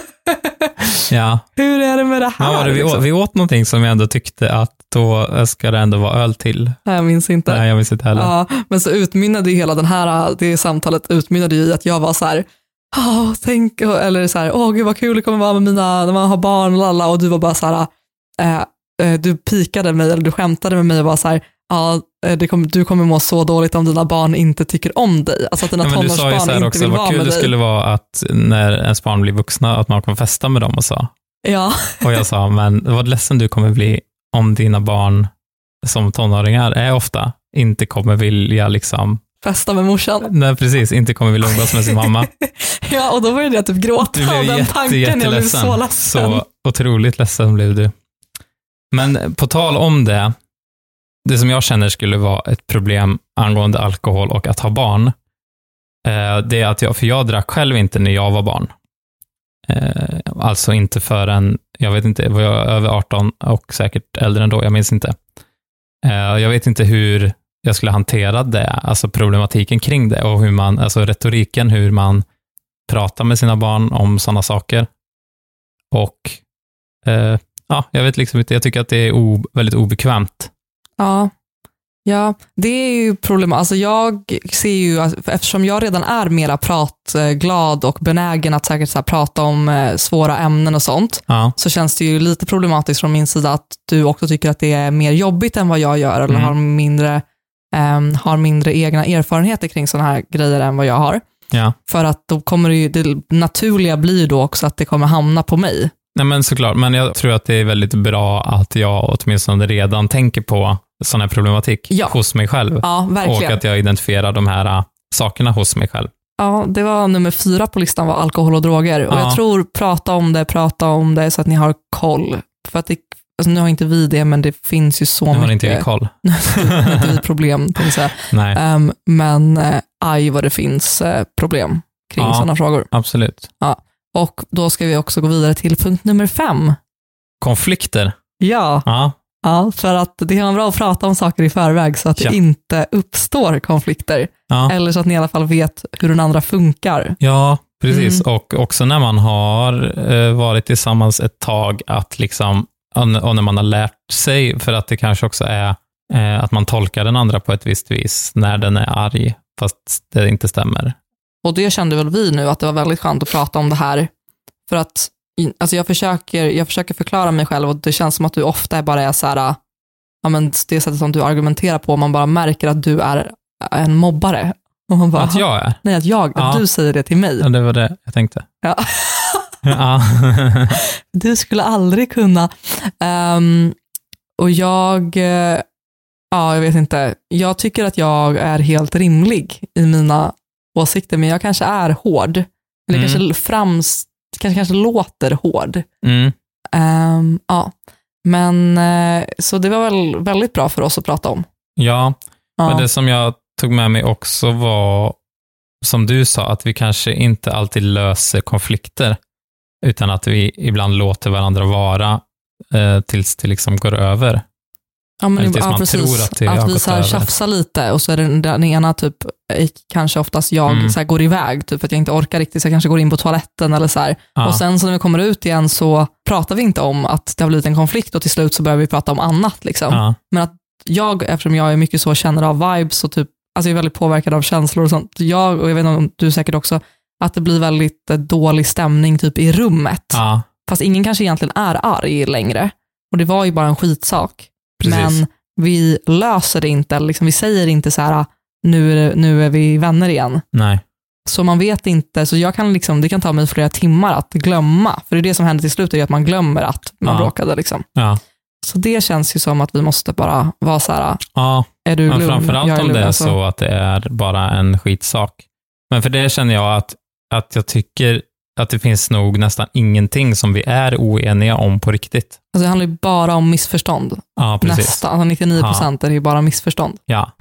Ja, Hur är det med det här? ja var det, vi, åt, liksom? vi åt någonting som jag ändå tyckte att då ska det ändå vara öl till. Nej, jag minns inte. Nej, jag minns inte heller. Ja, men så utmynnade ju hela den här, det samtalet utmynnade ju i att jag var så här, oh, tänk, eller så här, åh gud vad kul det kommer vara med mina, när man har barn och lalla, och du var bara så här, eh, eh, du pikade mig, eller du skämtade med mig och var så här, ja, det kommer, du kommer må så dåligt om dina barn inte tycker om dig. Alltså att dina Ja, men du sa ju tonårsbarn så här inte också, vill vad vara kul med det dig. skulle vara att när ens barn blir vuxna, att man kan festa med dem och så. Ja, Och jag sa, men vad ledsen du kommer bli om dina barn som tonåringar är ofta inte kommer vilja liksom... Festa med morsan. Nej, precis. Inte kommer vilja umgås med sin mamma. Ja, och då började jag typ gråta av den jätte, tanken. Jag blev så ledsen. Så otroligt ledsen blev du. Men på tal om det, det som jag känner skulle vara ett problem angående alkohol och att ha barn, eh, det är att jag, för jag drack själv inte när jag var barn. Eh, alltså inte förrän, jag vet inte, var jag över arton och säkert äldre än då, jag minns inte. Eh, jag vet inte hur jag skulle hantera det, alltså problematiken kring det och hur man, alltså retoriken, hur man pratar med sina barn om sådana saker. Och eh, ja, jag vet liksom inte, jag tycker att det är o, väldigt obekvämt. Ja, ja, det är ju problem. Alltså jag ser ju, eftersom jag redan är mera pratglad och benägen att säkert så här prata om svåra ämnen och sånt, ja. Så känns det ju lite problematiskt från min sida att du också tycker att det är mer jobbigt än vad jag gör, eller mm. har mindre um, har mindre egna erfarenheter kring sådana här grejer än vad jag har. Ja. För att då kommer det ju, det naturliga blir då också att det kommer hamna på mig. Nej, men såklart, men jag tror att det är väldigt bra att jag åtminstone redan tänker på sån här problematik ja. hos mig själv. Ja, verkligen. Och att jag identifierar de här uh, sakerna hos mig själv. Ja, det var nummer fyra på listan, var alkohol och droger. Och ja. jag tror, prata om det, prata om det så att ni har koll. För att det, alltså, nu har inte vi det, men det finns ju så nu mycket. Nu har inte vi koll. Nu har inte vi problem, tänkte jag säga. Nej. Um, men uh, aj vad det finns uh, problem kring ja, sådana frågor. Absolut. Ja. Och då ska vi också gå vidare till punkt nummer fem. Konflikter. Ja. Ja. Ja, för att det kan vara bra att prata om saker i förväg så att ja. det inte uppstår konflikter. Ja. Eller så att ni i alla fall vet hur den andra funkar. Ja, precis. Mm. Och också när man har eh, varit tillsammans ett tag, att liksom, och när man har lärt sig, för att det kanske också är eh, att man tolkar den andra på ett visst vis när den är arg, fast det inte stämmer. Och det kände väl vi nu, att det var väldigt skönt att prata om det här. För att alltså jag, försöker, jag försöker förklara mig själv och det känns som att du ofta bara är så här, ja, men det sättet som du argumenterar på, man bara märker att du är en mobbare. Och man bara, att jag är? Nej, att jag, ja. att du säger det till mig. Ja, det var det jag tänkte. Ja. ja. Du skulle aldrig kunna. Um, och jag, ja, jag vet inte. Jag tycker att jag är helt rimlig i mina åsikter, men jag kanske är hård. Eller mm. kanske frams, kanske, kanske låter hård. Mm. Um, ja. Men så det var väl väldigt bra för oss att prata om. Ja, ja. Men det som jag tog med mig också var, som du sa, att vi kanske inte alltid löser konflikter, utan att vi ibland låter varandra vara eh, tills det liksom går över. Ja, men tills ja, man precis. tror att det att har vi gått så här över. tjafsar lite och så är den, den ena typ, kanske oftast jag mm. så här, går iväg typ för att jag inte orkar riktigt, så jag kanske går in på toaletten eller så här. Ja. Och sen så när vi kommer ut igen så pratar vi inte om att det har blivit en konflikt och till slut så börjar vi prata om annat liksom. Ja. Men att jag, eftersom jag är mycket så känner av vibes och typ, alltså jag är väldigt påverkad av känslor och sånt, jag, och jag vet inte om du säkert också, att det blir väldigt dålig stämning typ i rummet. Ja. Fast ingen kanske egentligen är arg längre. Och det var ju bara en skitsak. Precis. Men vi löser det inte, eller liksom, vi säger inte så här, nu är, det, nu är vi vänner igen. Nej. Så man vet inte, så jag kan liksom, det kan ta mig flera timmar att glömma. För det är det som händer till slut, är att man glömmer att man ja. bråkade liksom. Ja. Så det känns ju som att vi måste bara vara så här, ja. är du lugn? Framförallt om lugn, det är alltså. så att det är bara en skitsak. Men för det känner jag att, att jag tycker att det finns nog nästan ingenting som vi är oeniga om på riktigt. Alltså det handlar ju bara om missförstånd. Ja, precis. Nästan, alltså nittionio procent ja. är ju bara missförstånd. Ja.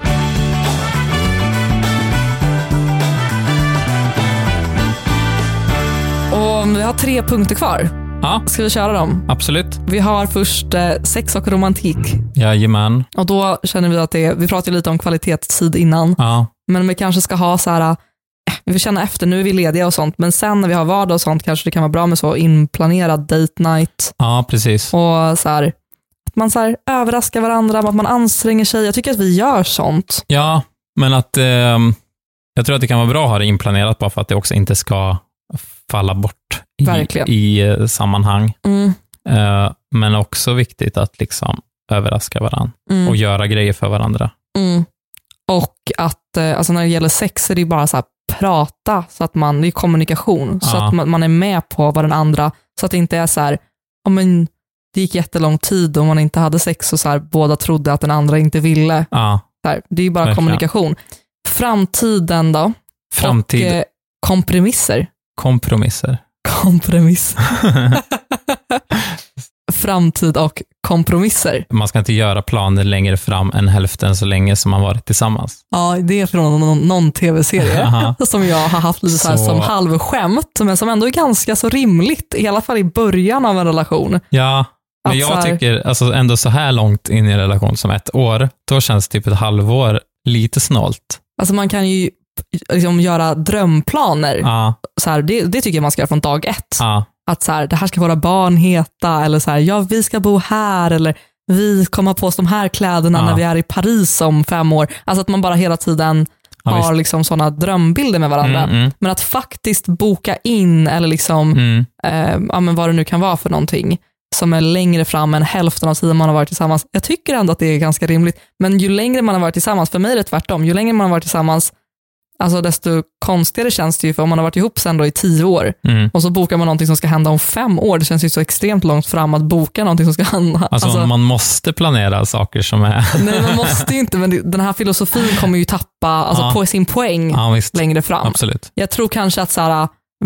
Och vi har tre punkter kvar. Ja. Ska vi köra dem? Absolut. Vi har först eh, sex och romantik. Jajamän. Och då känner vi att det är, vi pratade lite om kvalitetstid innan. Ja. Men vi kanske ska ha så här, vi får känna efter, nu är vi lediga och sånt, men sen när vi har vardag och sånt kanske det kan vara bra med så inplanerad date night. Ja, precis. Och så här, att man så här överraskar varandra, att man anstränger sig. Jag tycker att vi gör sånt. Ja, men att eh, jag tror att det kan vara bra att ha det inplanerat, bara för att det också inte ska falla bort i, i eh, sammanhang. Mm. Eh, men också viktigt att liksom överraska varandra mm. och göra grejer för varandra. Mm. Och att eh, alltså när det gäller sex är det ju bara så här prata, så att man, det är kommunikation, ja. så att man, man är med på vad den andra, så att det inte är så här, ja, men det gick jättelång tid och man inte hade sex och så här, båda trodde att den andra inte ville. Ja. Så här, det är ju bara Verkligen. kommunikation. Framtiden då? Framtid. Och eh, kompromisser. Kompromisser. Kompromiss. Framtid och kompromisser. Man ska inte göra planer längre fram än hälften så länge som man varit tillsammans. Ja, det är från någon, någon tv-serie som jag har haft lite så här Så... som halvskämt, men som ändå är ganska så rimligt, i alla fall i början av en relation. Ja, men att jag här... tycker alltså ändå så här långt in i en relation som ett år, då känns typ ett halvår lite snålt. Alltså man kan ju liksom göra drömplaner. Ja. Så här, det, det tycker jag man ska göra från dag ett. Ja. Att så här, det här ska våra barn heta, eller så här, ja, vi ska bo här, eller vi kommer ha på oss de här kläderna ja. när vi är i Paris om fem år. Alltså att man bara hela tiden ja, har liksom sådana drömbilder med varandra. Mm, mm. Men att faktiskt boka in, eller liksom, mm. eh, ja, men vad det nu kan vara för någonting, som är längre fram än hälften av tiden man har varit tillsammans. Jag tycker ändå att det är ganska rimligt. Men ju längre man har varit tillsammans, för mig är det tvärtom, ju längre man har varit tillsammans, alltså desto konstigare känns det ju, för om man har varit ihop sen då i tio år Mm. och så bokar man någonting som ska hända om fem år. Det känns ju så extremt långt fram att boka någonting som ska hända. Alltså, Alltså, man måste planera saker som är... nej, man måste ju inte, men det, den här filosofin kommer ju tappa alltså, Ja. på sin poäng Ja, visst. längre fram. Absolut. Jag tror kanske att så här,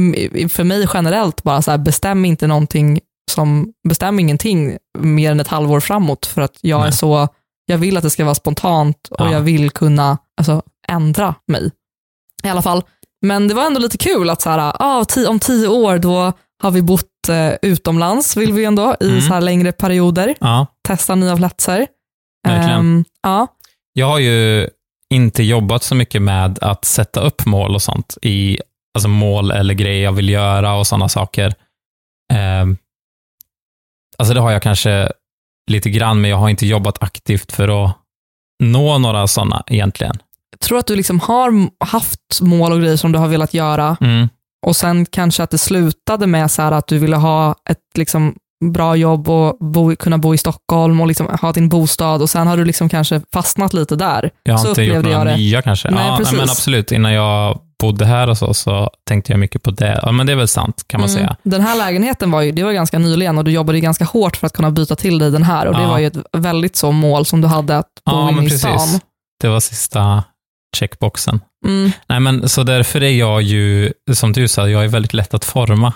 för mig generellt bara så här, bestäm inte någonting som, bestäm ingenting mer än ett halvår framåt, för att jag Nej. är så, jag vill att det ska vara spontant och Ja. jag vill kunna alltså, ändra mig. I alla fall. Men det var ändå lite kul att så här, ah, tio, om tio år då har vi bott eh, utomlands, vill vi ändå, i Mm. så här längre perioder. Ja, Testa nya platser. verkligen. Ehm, ja. Jag har ju inte jobbat så mycket med att sätta upp mål och sånt i, alltså mål eller grejer jag vill göra och sådana saker. Um, alltså det har jag kanske lite grann, men jag har inte jobbat aktivt för att nå några sådana egentligen. Jag tror att du liksom har haft mål och grejer som du har velat göra, Mm. och sen kanske att det slutade med så här att du ville ha ett liksom bra jobb och bo, kunna bo i Stockholm och liksom ha din bostad, och sen har du liksom kanske fastnat lite där. Jag har Så inte gjort upplevde några jag det. nya kanske. Nej, ja, precis. nej, men absolut, innan jag bodde här och så, så tänkte jag mycket på det. Ja, men det är väl sant, kan man Mm. säga. Den här lägenheten var ju, det var ganska nyligen, och du jobbade ju ganska hårt för att kunna byta till dig den här, och det Ja. var ju ett väldigt så mål som du hade, att bo Ja, in men i precis. stan. Det var sista checkboxen. Mm. Nej, men så därför är jag ju, som du sa, jag är väldigt lätt att forma.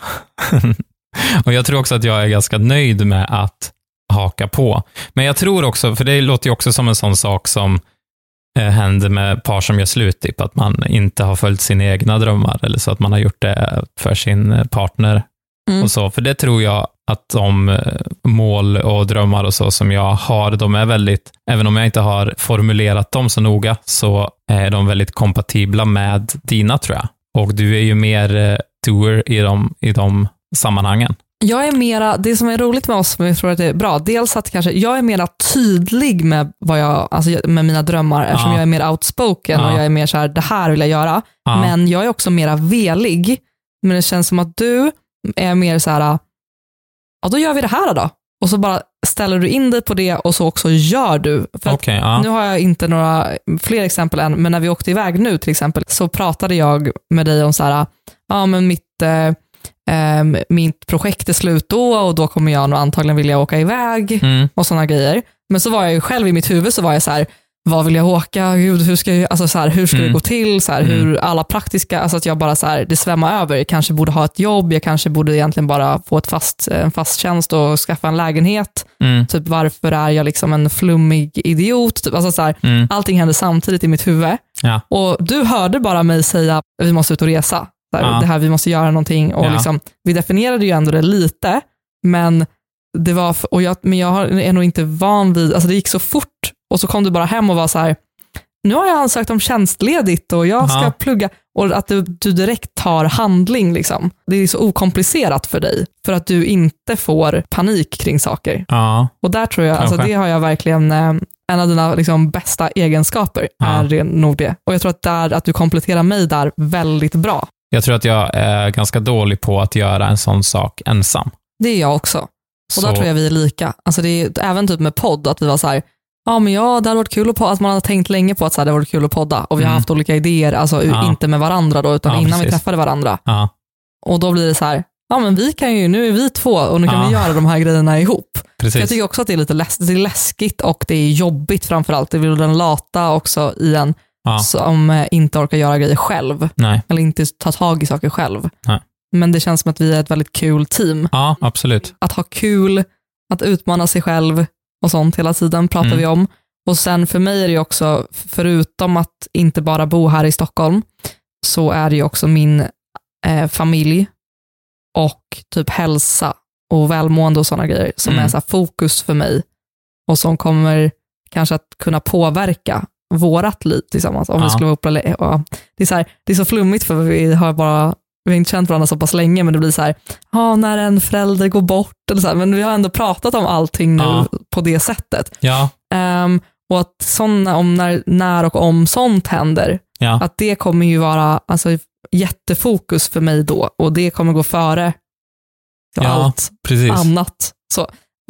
Och jag tror också att jag är ganska nöjd med att haka på. Men jag tror också, för det låter ju också som en sån sak som eh, händer med par som gör slut, typ att man inte har följt sina egna drömmar, eller så att man har gjort det för sin partner. Mm. Och så. För det tror jag att de eh, mål och drömmar och så som jag har, de är väldigt, även om jag inte har formulerat dem så noga, så är de väldigt kompatibla med dina, tror jag. Och du är ju mer eh, doer i de, i de sammanhangen. Jag är mera, det som är roligt med oss, som jag tror att det är bra, dels att kanske jag är mera tydlig med vad jag, alltså med mina drömmar, Ja. eftersom jag är mer outspoken, Ja. och jag är mer så här, det här vill jag göra. Ja. Men jag är också mera velig. Men det känns som att du är mer så här, ja, då gör vi det här då. Och så bara ställer du in dig på det, och så också gör du. För att Okej, ja. nu har jag inte några fler exempel än, men när vi åkte iväg nu till exempel, så pratade jag med dig om så här, ja men mitt eh, eh, mitt projekt är slut då, och då kommer jag nog antagligen vilja åka iväg Mm. och sådana grejer. Men så var jag ju själv i mitt huvud, så var jag så här, vad vill jag åka? Gud, hur ska, jag, alltså så här, hur ska Mm. det gå till? Så här, Mm. hur alla praktiska, alltså att jag bara så här, det svämmar över. Jag kanske borde ha ett jobb, jag kanske borde egentligen bara få ett fast, en fast tjänst och skaffa en lägenhet. Mm. Typ, varför är jag liksom en flummig idiot? Typ, alltså så här, Mm. allting hände samtidigt i mitt huvud. Ja. Och du hörde bara mig säga, vi måste ut och resa. Så här, Ja. Det här, vi måste göra någonting. Och Ja. liksom, vi definierade ju ändå det lite, men det var, och jag, men jag är nog inte van vid, alltså det gick så fort, och så kom du bara hem och var så här, nu har jag ansökt om tjänstledigt och jag ska Ja. plugga, och att du, du direkt tar handling liksom. Det är så okomplicerat för dig, för att du inte får panik kring saker. Ja. Och där tror jag, alltså Kanske. det har jag verkligen, eh, en av dina liksom bästa egenskaper Ja. är det, nog det. Och jag tror att, där, att du kompletterar mig där väldigt bra. Jag tror att jag är ganska dålig på att göra en sån sak ensam. Det är jag också. Och Så, där tror jag vi är lika. Alltså det är även typ med podd, att vi var så här, ja men ja, det hade varit kul att podda, att man har tänkt länge på att så här, det hade varit kul att podda, och vi har Mm. haft olika idéer, alltså Ja. inte med varandra då, utan Ja, innan vi precis. träffade varandra. Ja. Och då blir det så här, ja men vi kan ju, nu är vi två och nu kan Ja. vi göra de här grejerna ihop. Precis. Jag tycker också att det är lite läs- det är läskigt och det är jobbigt framförallt. Det vill den lata också i en ja. som inte orkar göra grejer själv. Nej. Eller inte ta tag i saker själv. Nej. Men det känns som att vi är ett väldigt kul team. Ja, absolut. Att ha kul, att utmana sig själv och sånt hela tiden pratar mm. vi om. Och sen för mig är det också, förutom att inte bara bo här i Stockholm, så är det ju också min eh, familj och typ hälsa och välmående och sådana grejer som mm. är så här fokus för mig och som kommer kanske att kunna påverka vårat liv tillsammans. Om ja. vi skulle vara upp, och det, är så här, det är så flummigt för vi har bara vi har inte känt varandra så pass länge, men det blir så här, ah, när en förälder går bort eller så här, men vi har ändå pratat om allting nu ja. på det sättet. Ja. Um, och att såna, om när, när och om sånt händer, ja. att det kommer ju vara alltså, jättefokus för mig då, och det kommer gå före ja, allt precis. annat. Så,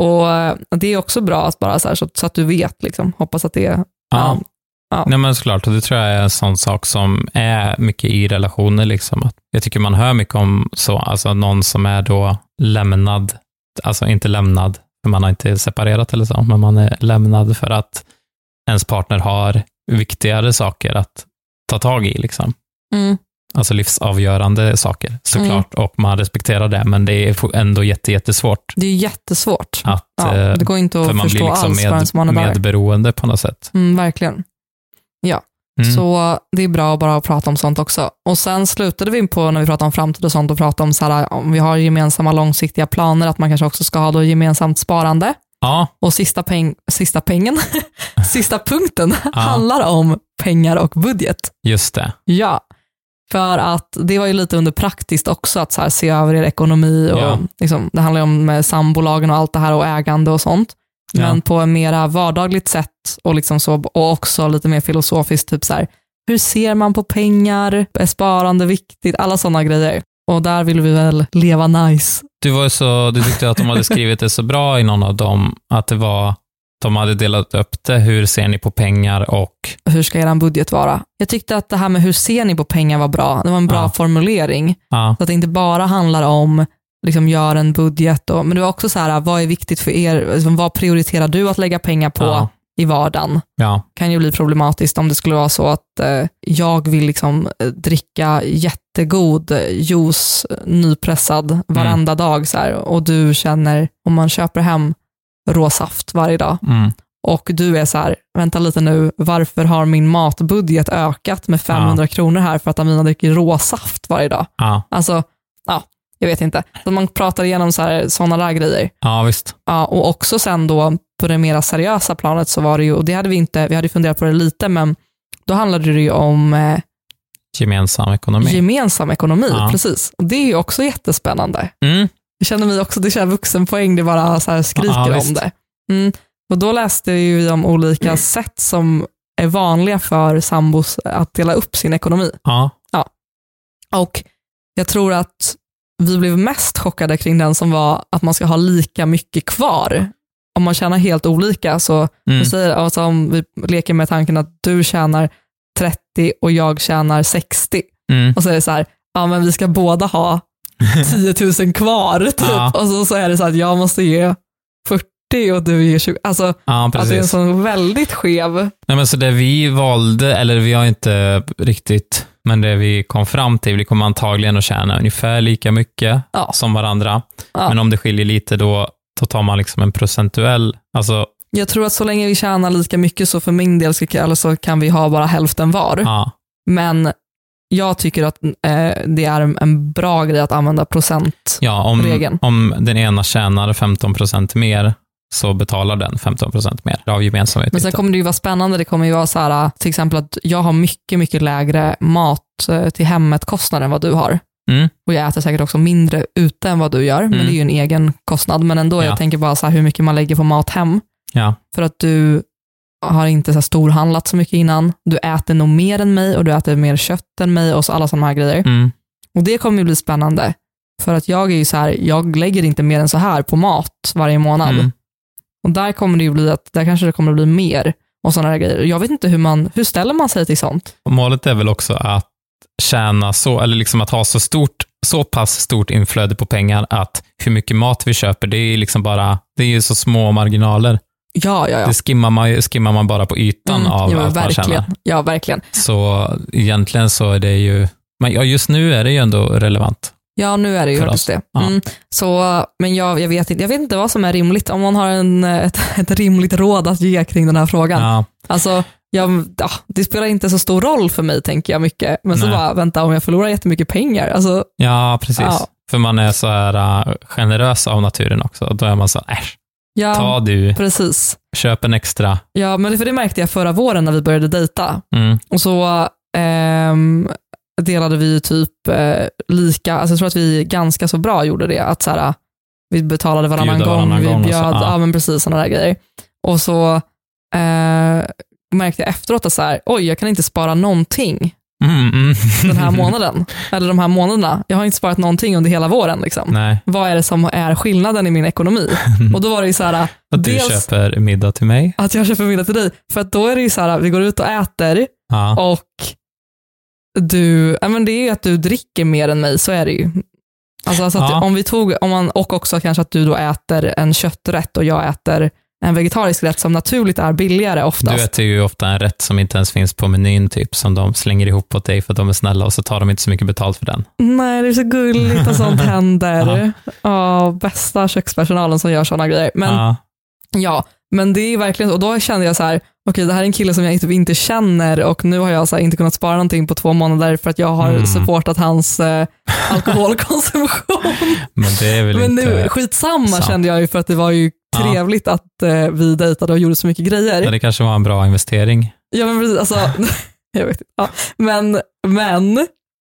och det är också bra att bara så, här, så, så att du vet, liksom, hoppas att det är ja. Um, ja. Nej, men såklart, och det tror jag är en sån sak som är mycket i relationer. Liksom. Att jag tycker man hör mycket om så, alltså någon som är då lämnad, alltså inte lämnad, för man har inte separerat eller så, men man är lämnad för att ens partner har viktigare saker att ta tag i. Liksom. Mm. Alltså livsavgörande saker, såklart, mm. och man respekterar det, men det är ändå jätte, jättesvårt. Det är jättesvårt. Att, ja, det går inte att för man förstå blir liksom alls med, förrän man är där. medberoende på något sätt. Mm, verkligen. Ja, mm. så det är bra att bara prata om sånt också. Och sen slutade vi på, när vi pratade om framtid och sånt, och pratade om så här, om vi har gemensamma långsiktiga planer, att man kanske också ska ha då gemensamt sparande. Ja. Och sista, peng, sista pengen, sista punkten ja. handlar om pengar och budget. Just det. Ja, för att det var ju lite under praktiskt också att så här, se över er ekonomi och ja. liksom, det handlar ju om med sambolagen och allt det här och ägande och sånt. Men ja. på ett mera vardagligt sätt och, liksom så, och också lite mer filosofiskt, typ så här, hur ser man på pengar, är sparande viktigt, alla sådana grejer. Och där vill vi väl leva nice. Du var så, du tyckte att de hade skrivit det så bra i någon av dem, att det var, de hade delat upp det, hur ser ni på pengar och hur ska er budget vara? Jag tyckte att det här med hur ser ni på pengar var bra. Det var en bra ja. formulering. Ja. Så att det inte bara handlar om liksom gör en budget. Och, men det var också så här, vad är viktigt för er? Liksom, vad prioriterar du att lägga pengar på ja. i vardagen? Ja. Kan ju bli problematiskt om det skulle vara så att eh, jag vill liksom dricka jättegod juice, nypressad varenda mm. dag så här, och du känner, om man köper hem råsaft varje dag mm. och du är så här, vänta lite nu, varför har min matbudget ökat med femhundra ja. kronor här för att Amina dricker råsaft varje dag? Ja. Alltså, ja, jag vet inte. Så man pratar igenom så här, sådana där grejer. Ja, visst. Ja, och också sen då på det mera seriösa planet så var det ju, och det hade vi inte, vi hade funderat på det lite, men då handlade det ju om eh, gemensam ekonomi. Gemensam ekonomi, ja. precis. Och det är ju också jättespännande. Mm. Jag känner mig också, det är vuxenpoäng, det bara så här skriker ja, om det. Mm. Och då läste vi om olika mm. sätt som är vanliga för sambos att dela upp sin ekonomi. Ja. Ja. Och jag tror att vi blev mest chockade kring den som var att man ska ha lika mycket kvar. Om man tjänar helt olika, så mm. säger, alltså om vi leker med tanken att du tjänar trettio och jag tjänar sextio. Mm. Och så är det så här, ja men vi ska båda ha tio tusen kvar typ. Ja. Och så, så är det så att jag måste ge fyrtio och du ger tjugo. Alltså ja, att det är en sån väldigt skev. Nej, men så det vi valde, eller vi har inte riktigt, men det vi kom fram till, vi kommer antagligen att tjäna ungefär lika mycket ja. som varandra. Ja. Men om det skiljer lite då, då tar man liksom en procentuell, alltså jag tror att så länge vi tjänar lika mycket så för min del ska, eller så kan vi ha bara hälften var. Ja. Men jag tycker att eh, det är en bra grej att använda procentregeln. Ja, om, om den ena tjänar femton procent mer så betalar den femton procent mer av gemensamhet. Men sen kommer det ju vara spännande. Det kommer ju vara så här, till exempel att jag har mycket, mycket lägre mat till hemmet kostnader än vad du har. Mm. Och jag äter säkert också mindre ute än vad du gör. Mm. Men det är ju en egen kostnad. Men ändå, ja. jag tänker bara så här, hur mycket man lägger på mat hem. Ja. För att du har inte så här storhandlat så mycket innan. Du äter nog mer än mig och du äter mer kött än mig och så alla sådana här grejer. Mm. Och det kommer ju bli spännande. För att jag är ju så här, jag lägger inte mer än så här på mat varje månad. Mm. Och där kommer det ju bli att, där kanske det kommer att bli mer och sådana här grejer. Jag vet inte hur man, hur ställer man sig till sånt? Och målet är väl också att tjäna så, eller liksom att ha så stort så pass stort inflöde på pengar att hur mycket mat vi köper, det är liksom bara, det är ju så små marginaler. Ja, ja, ja. Det skimmar man, skimmar man bara på ytan mm, av ja, allt man tjänar. Ja, verkligen. Så egentligen så är det ju, men ja, just nu är det ju ändå relevant. Ja, nu är det ju faktiskt det. Ja. Mm, så, men jag, jag, vet inte, jag vet inte vad som är rimligt, om man har en, ett, ett rimligt råd att ge kring den här frågan. Ja. Alltså, jag, ja, det spelar inte så stor roll för mig, tänker jag mycket. Men Nej. så bara, vänta, om jag förlorar jättemycket pengar. Alltså, ja, precis. Ja. För man är så här uh, generös av naturen också. Då är man så, äsch, ja, ta du, precis. Köp en extra. Ja, men för det märkte jag förra våren när vi började dejta. Mm. Och så ehm, delade vi ju typ eh, lika, alltså jag tror att vi ganska så bra gjorde det, att så här, vi betalade varannan Bjuda gång, varannan vi gång bjöd, så, ja. ja men precis sådana där grejer. Och så eh, märkte jag efteråt att så här, oj, jag kan inte spara någonting mm, mm. den här månaden, eller de här månaderna. Jag har inte sparat någonting under hela våren. Liksom. Nej. Vad är det som är skillnaden i min ekonomi? Och då var det ju så här, att du dels köper middag till mig. att jag köper middag till dig. För att då är det ju så här, vi går ut och äter ja. och du, ja men det är ju att du dricker mer än mig, så är det ju. Alltså, alltså att ja. om vi tog, om man, och också kanske att du då äter en kötträtt och jag äter en vegetarisk rätt som naturligt är billigare oftast. Du äter ju ofta en rätt som inte ens finns på menyn typ, som de slänger ihop åt dig för att de är snälla och så tar de inte så mycket betalt för den. Nej, det är så gulligt och sånt händer. Ja, bästa kökspersonalen som gör sådana grejer. Men ja. ja, men det är verkligen, och då kände jag så här, okej, okay, det här är en kille som jag typ inte känner och nu har jag så här inte kunnat spara någonting på två månader för att jag har mm. supportat hans eh, alkoholkonsumtion. Men det är väl men inte nu, skitsamma sant. Kände jag ju, för att det var ju trevligt ja. att eh, vi dejtade och gjorde så mycket grejer. Ja, det kanske var en bra investering. Ja, men precis, alltså, jag vet inte. Ja. Men, men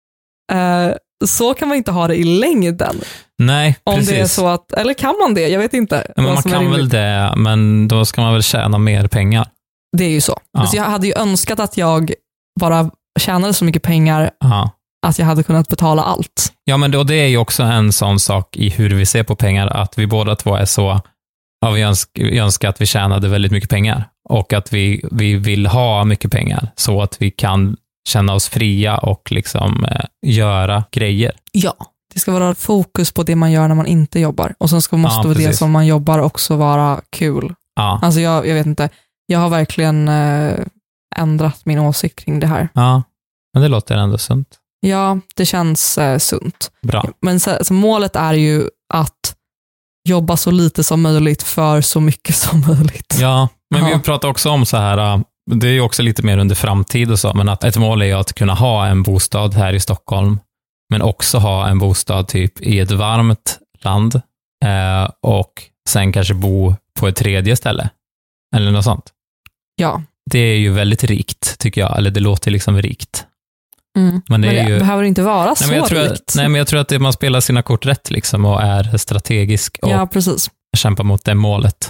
eh, så kan man inte ha det i längden. Nej, om precis. Det är så att, eller kan man det? Jag vet inte. Men man kan väl det, men då ska man väl tjäna mer pengar. Det är ju så. Ja. Så jag hade ju önskat att jag bara tjänade så mycket pengar ja. att jag hade kunnat betala allt. Ja, men då, det är ju också en sån sak i hur vi ser på pengar, att vi båda två är så, ja, vi önskar, vi önskar att vi tjänade väldigt mycket pengar och att vi, vi vill ha mycket pengar så att vi kan känna oss fria och liksom eh, göra grejer. Ja, det ska vara fokus på det man gör när man inte jobbar. Och sen ska, måste ja, det som man jobbar också vara kul. Ja. Alltså jag, jag vet inte, jag har verkligen eh, ändrat min åsikt kring det här. Ja, men det låter ändå sunt. Ja, det känns eh, sunt. Bra. Men så, så målet är ju att jobba så lite som möjligt för så mycket som möjligt. Ja, men ja. vi pratar också om så här, det är ju också lite mer under framtid och så, men att ett mål är ju att kunna ha en bostad här i Stockholm, men också ha en bostad typ i ett varmt land eh, och sen kanske bo på ett tredje ställe. Eller något sånt. Ja. Det är ju väldigt rikt, tycker jag. Eller det låter liksom rikt. Mm. Men det, men det är ju... behöver inte vara nej, så men jag tror rikt. Att, nej, men jag tror att det, man spelar sina kort rätt liksom och är strategisk och ja, precis. kämpar mot det målet.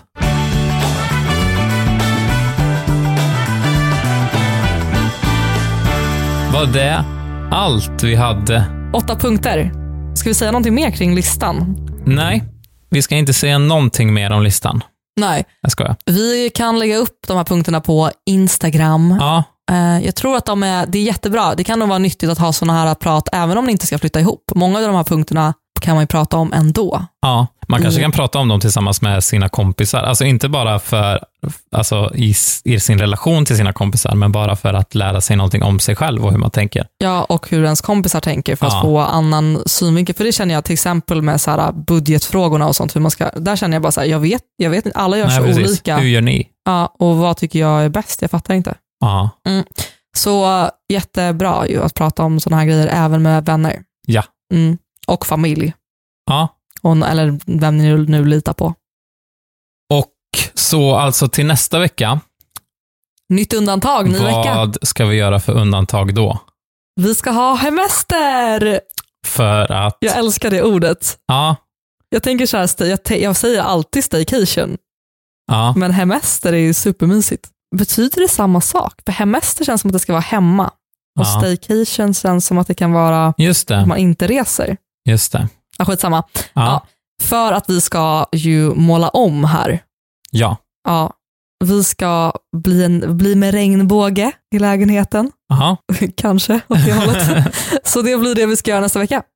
Var det allt vi hade? Åtta punkter. Ska vi säga någonting mer kring listan? Nej, vi ska inte säga någonting mer om listan. Nej. Jag skojar. Vi kan lägga upp de här punkterna på Instagram. Ja. Jag tror att de är, det är jättebra. Det kan nog vara nyttigt att ha såna här prat även om ni inte ska flytta ihop. Många av de här punkterna kan man ju prata om ändå. Ja, man kanske mm. kan prata om dem tillsammans med sina kompisar. Alltså inte bara för alltså i, i sin relation till sina kompisar, men bara för att lära sig någonting om sig själv och hur man tänker. Ja, och hur ens kompisar tänker för att ja. få annan synvinkel. För det känner jag till exempel med så här budgetfrågorna och sånt. Hur man ska, där känner jag bara så här, jag vet, jag vet inte, alla gör Nej, så precis. olika. Hur gör ni? Ja, och vad tycker jag är bäst? Jag fattar inte. Ja. Mm. Så jättebra ju att prata om såna här grejer även med vänner. Ja. Mm. Och familj. Ja. Och, eller vem ni nu litar på. Och så alltså till nästa vecka. Nytt undantag, ny vecka. Vad ska vi göra för undantag då? Vi ska ha hemester. För att... Jag älskar det ordet. Ja. Jag tänker så här, jag, te- jag säger alltid staycation. Ja. Men hemester är ju supermysigt. Betyder det samma sak? För hemester känns som att det ska vara hemma. Och ja. staycation känns som att det kan vara Just det. att man inte reser. Just det. Ja, skitsamma. Ja. Ja, för att vi ska ju måla om här. Ja. Ja. Vi ska bli, en, bli med regnbåge i lägenheten. Aha. Kanske åt det hållet. Så det blir det vi ska göra nästa vecka.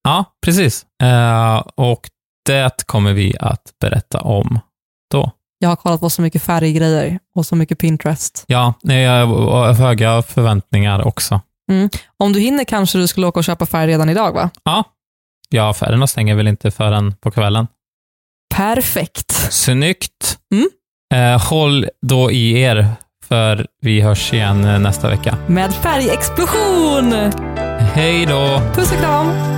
Ja, precis. Uh, och det kommer vi att berätta om då. Jag har kollat på så mycket färggrejer och så mycket Pinterest. Ja, jag har höga förväntningar också. Mm. Om du hinner kanske du skulle åka och köpa färg redan idag, va? Ja, ja affärerna stänger väl inte förrän på kvällen. Perfekt. Snyggt. Mm. Uh, håll då i er, för vi hörs igen nästa vecka. Med färgexplosion! Hej då! Puss och kram!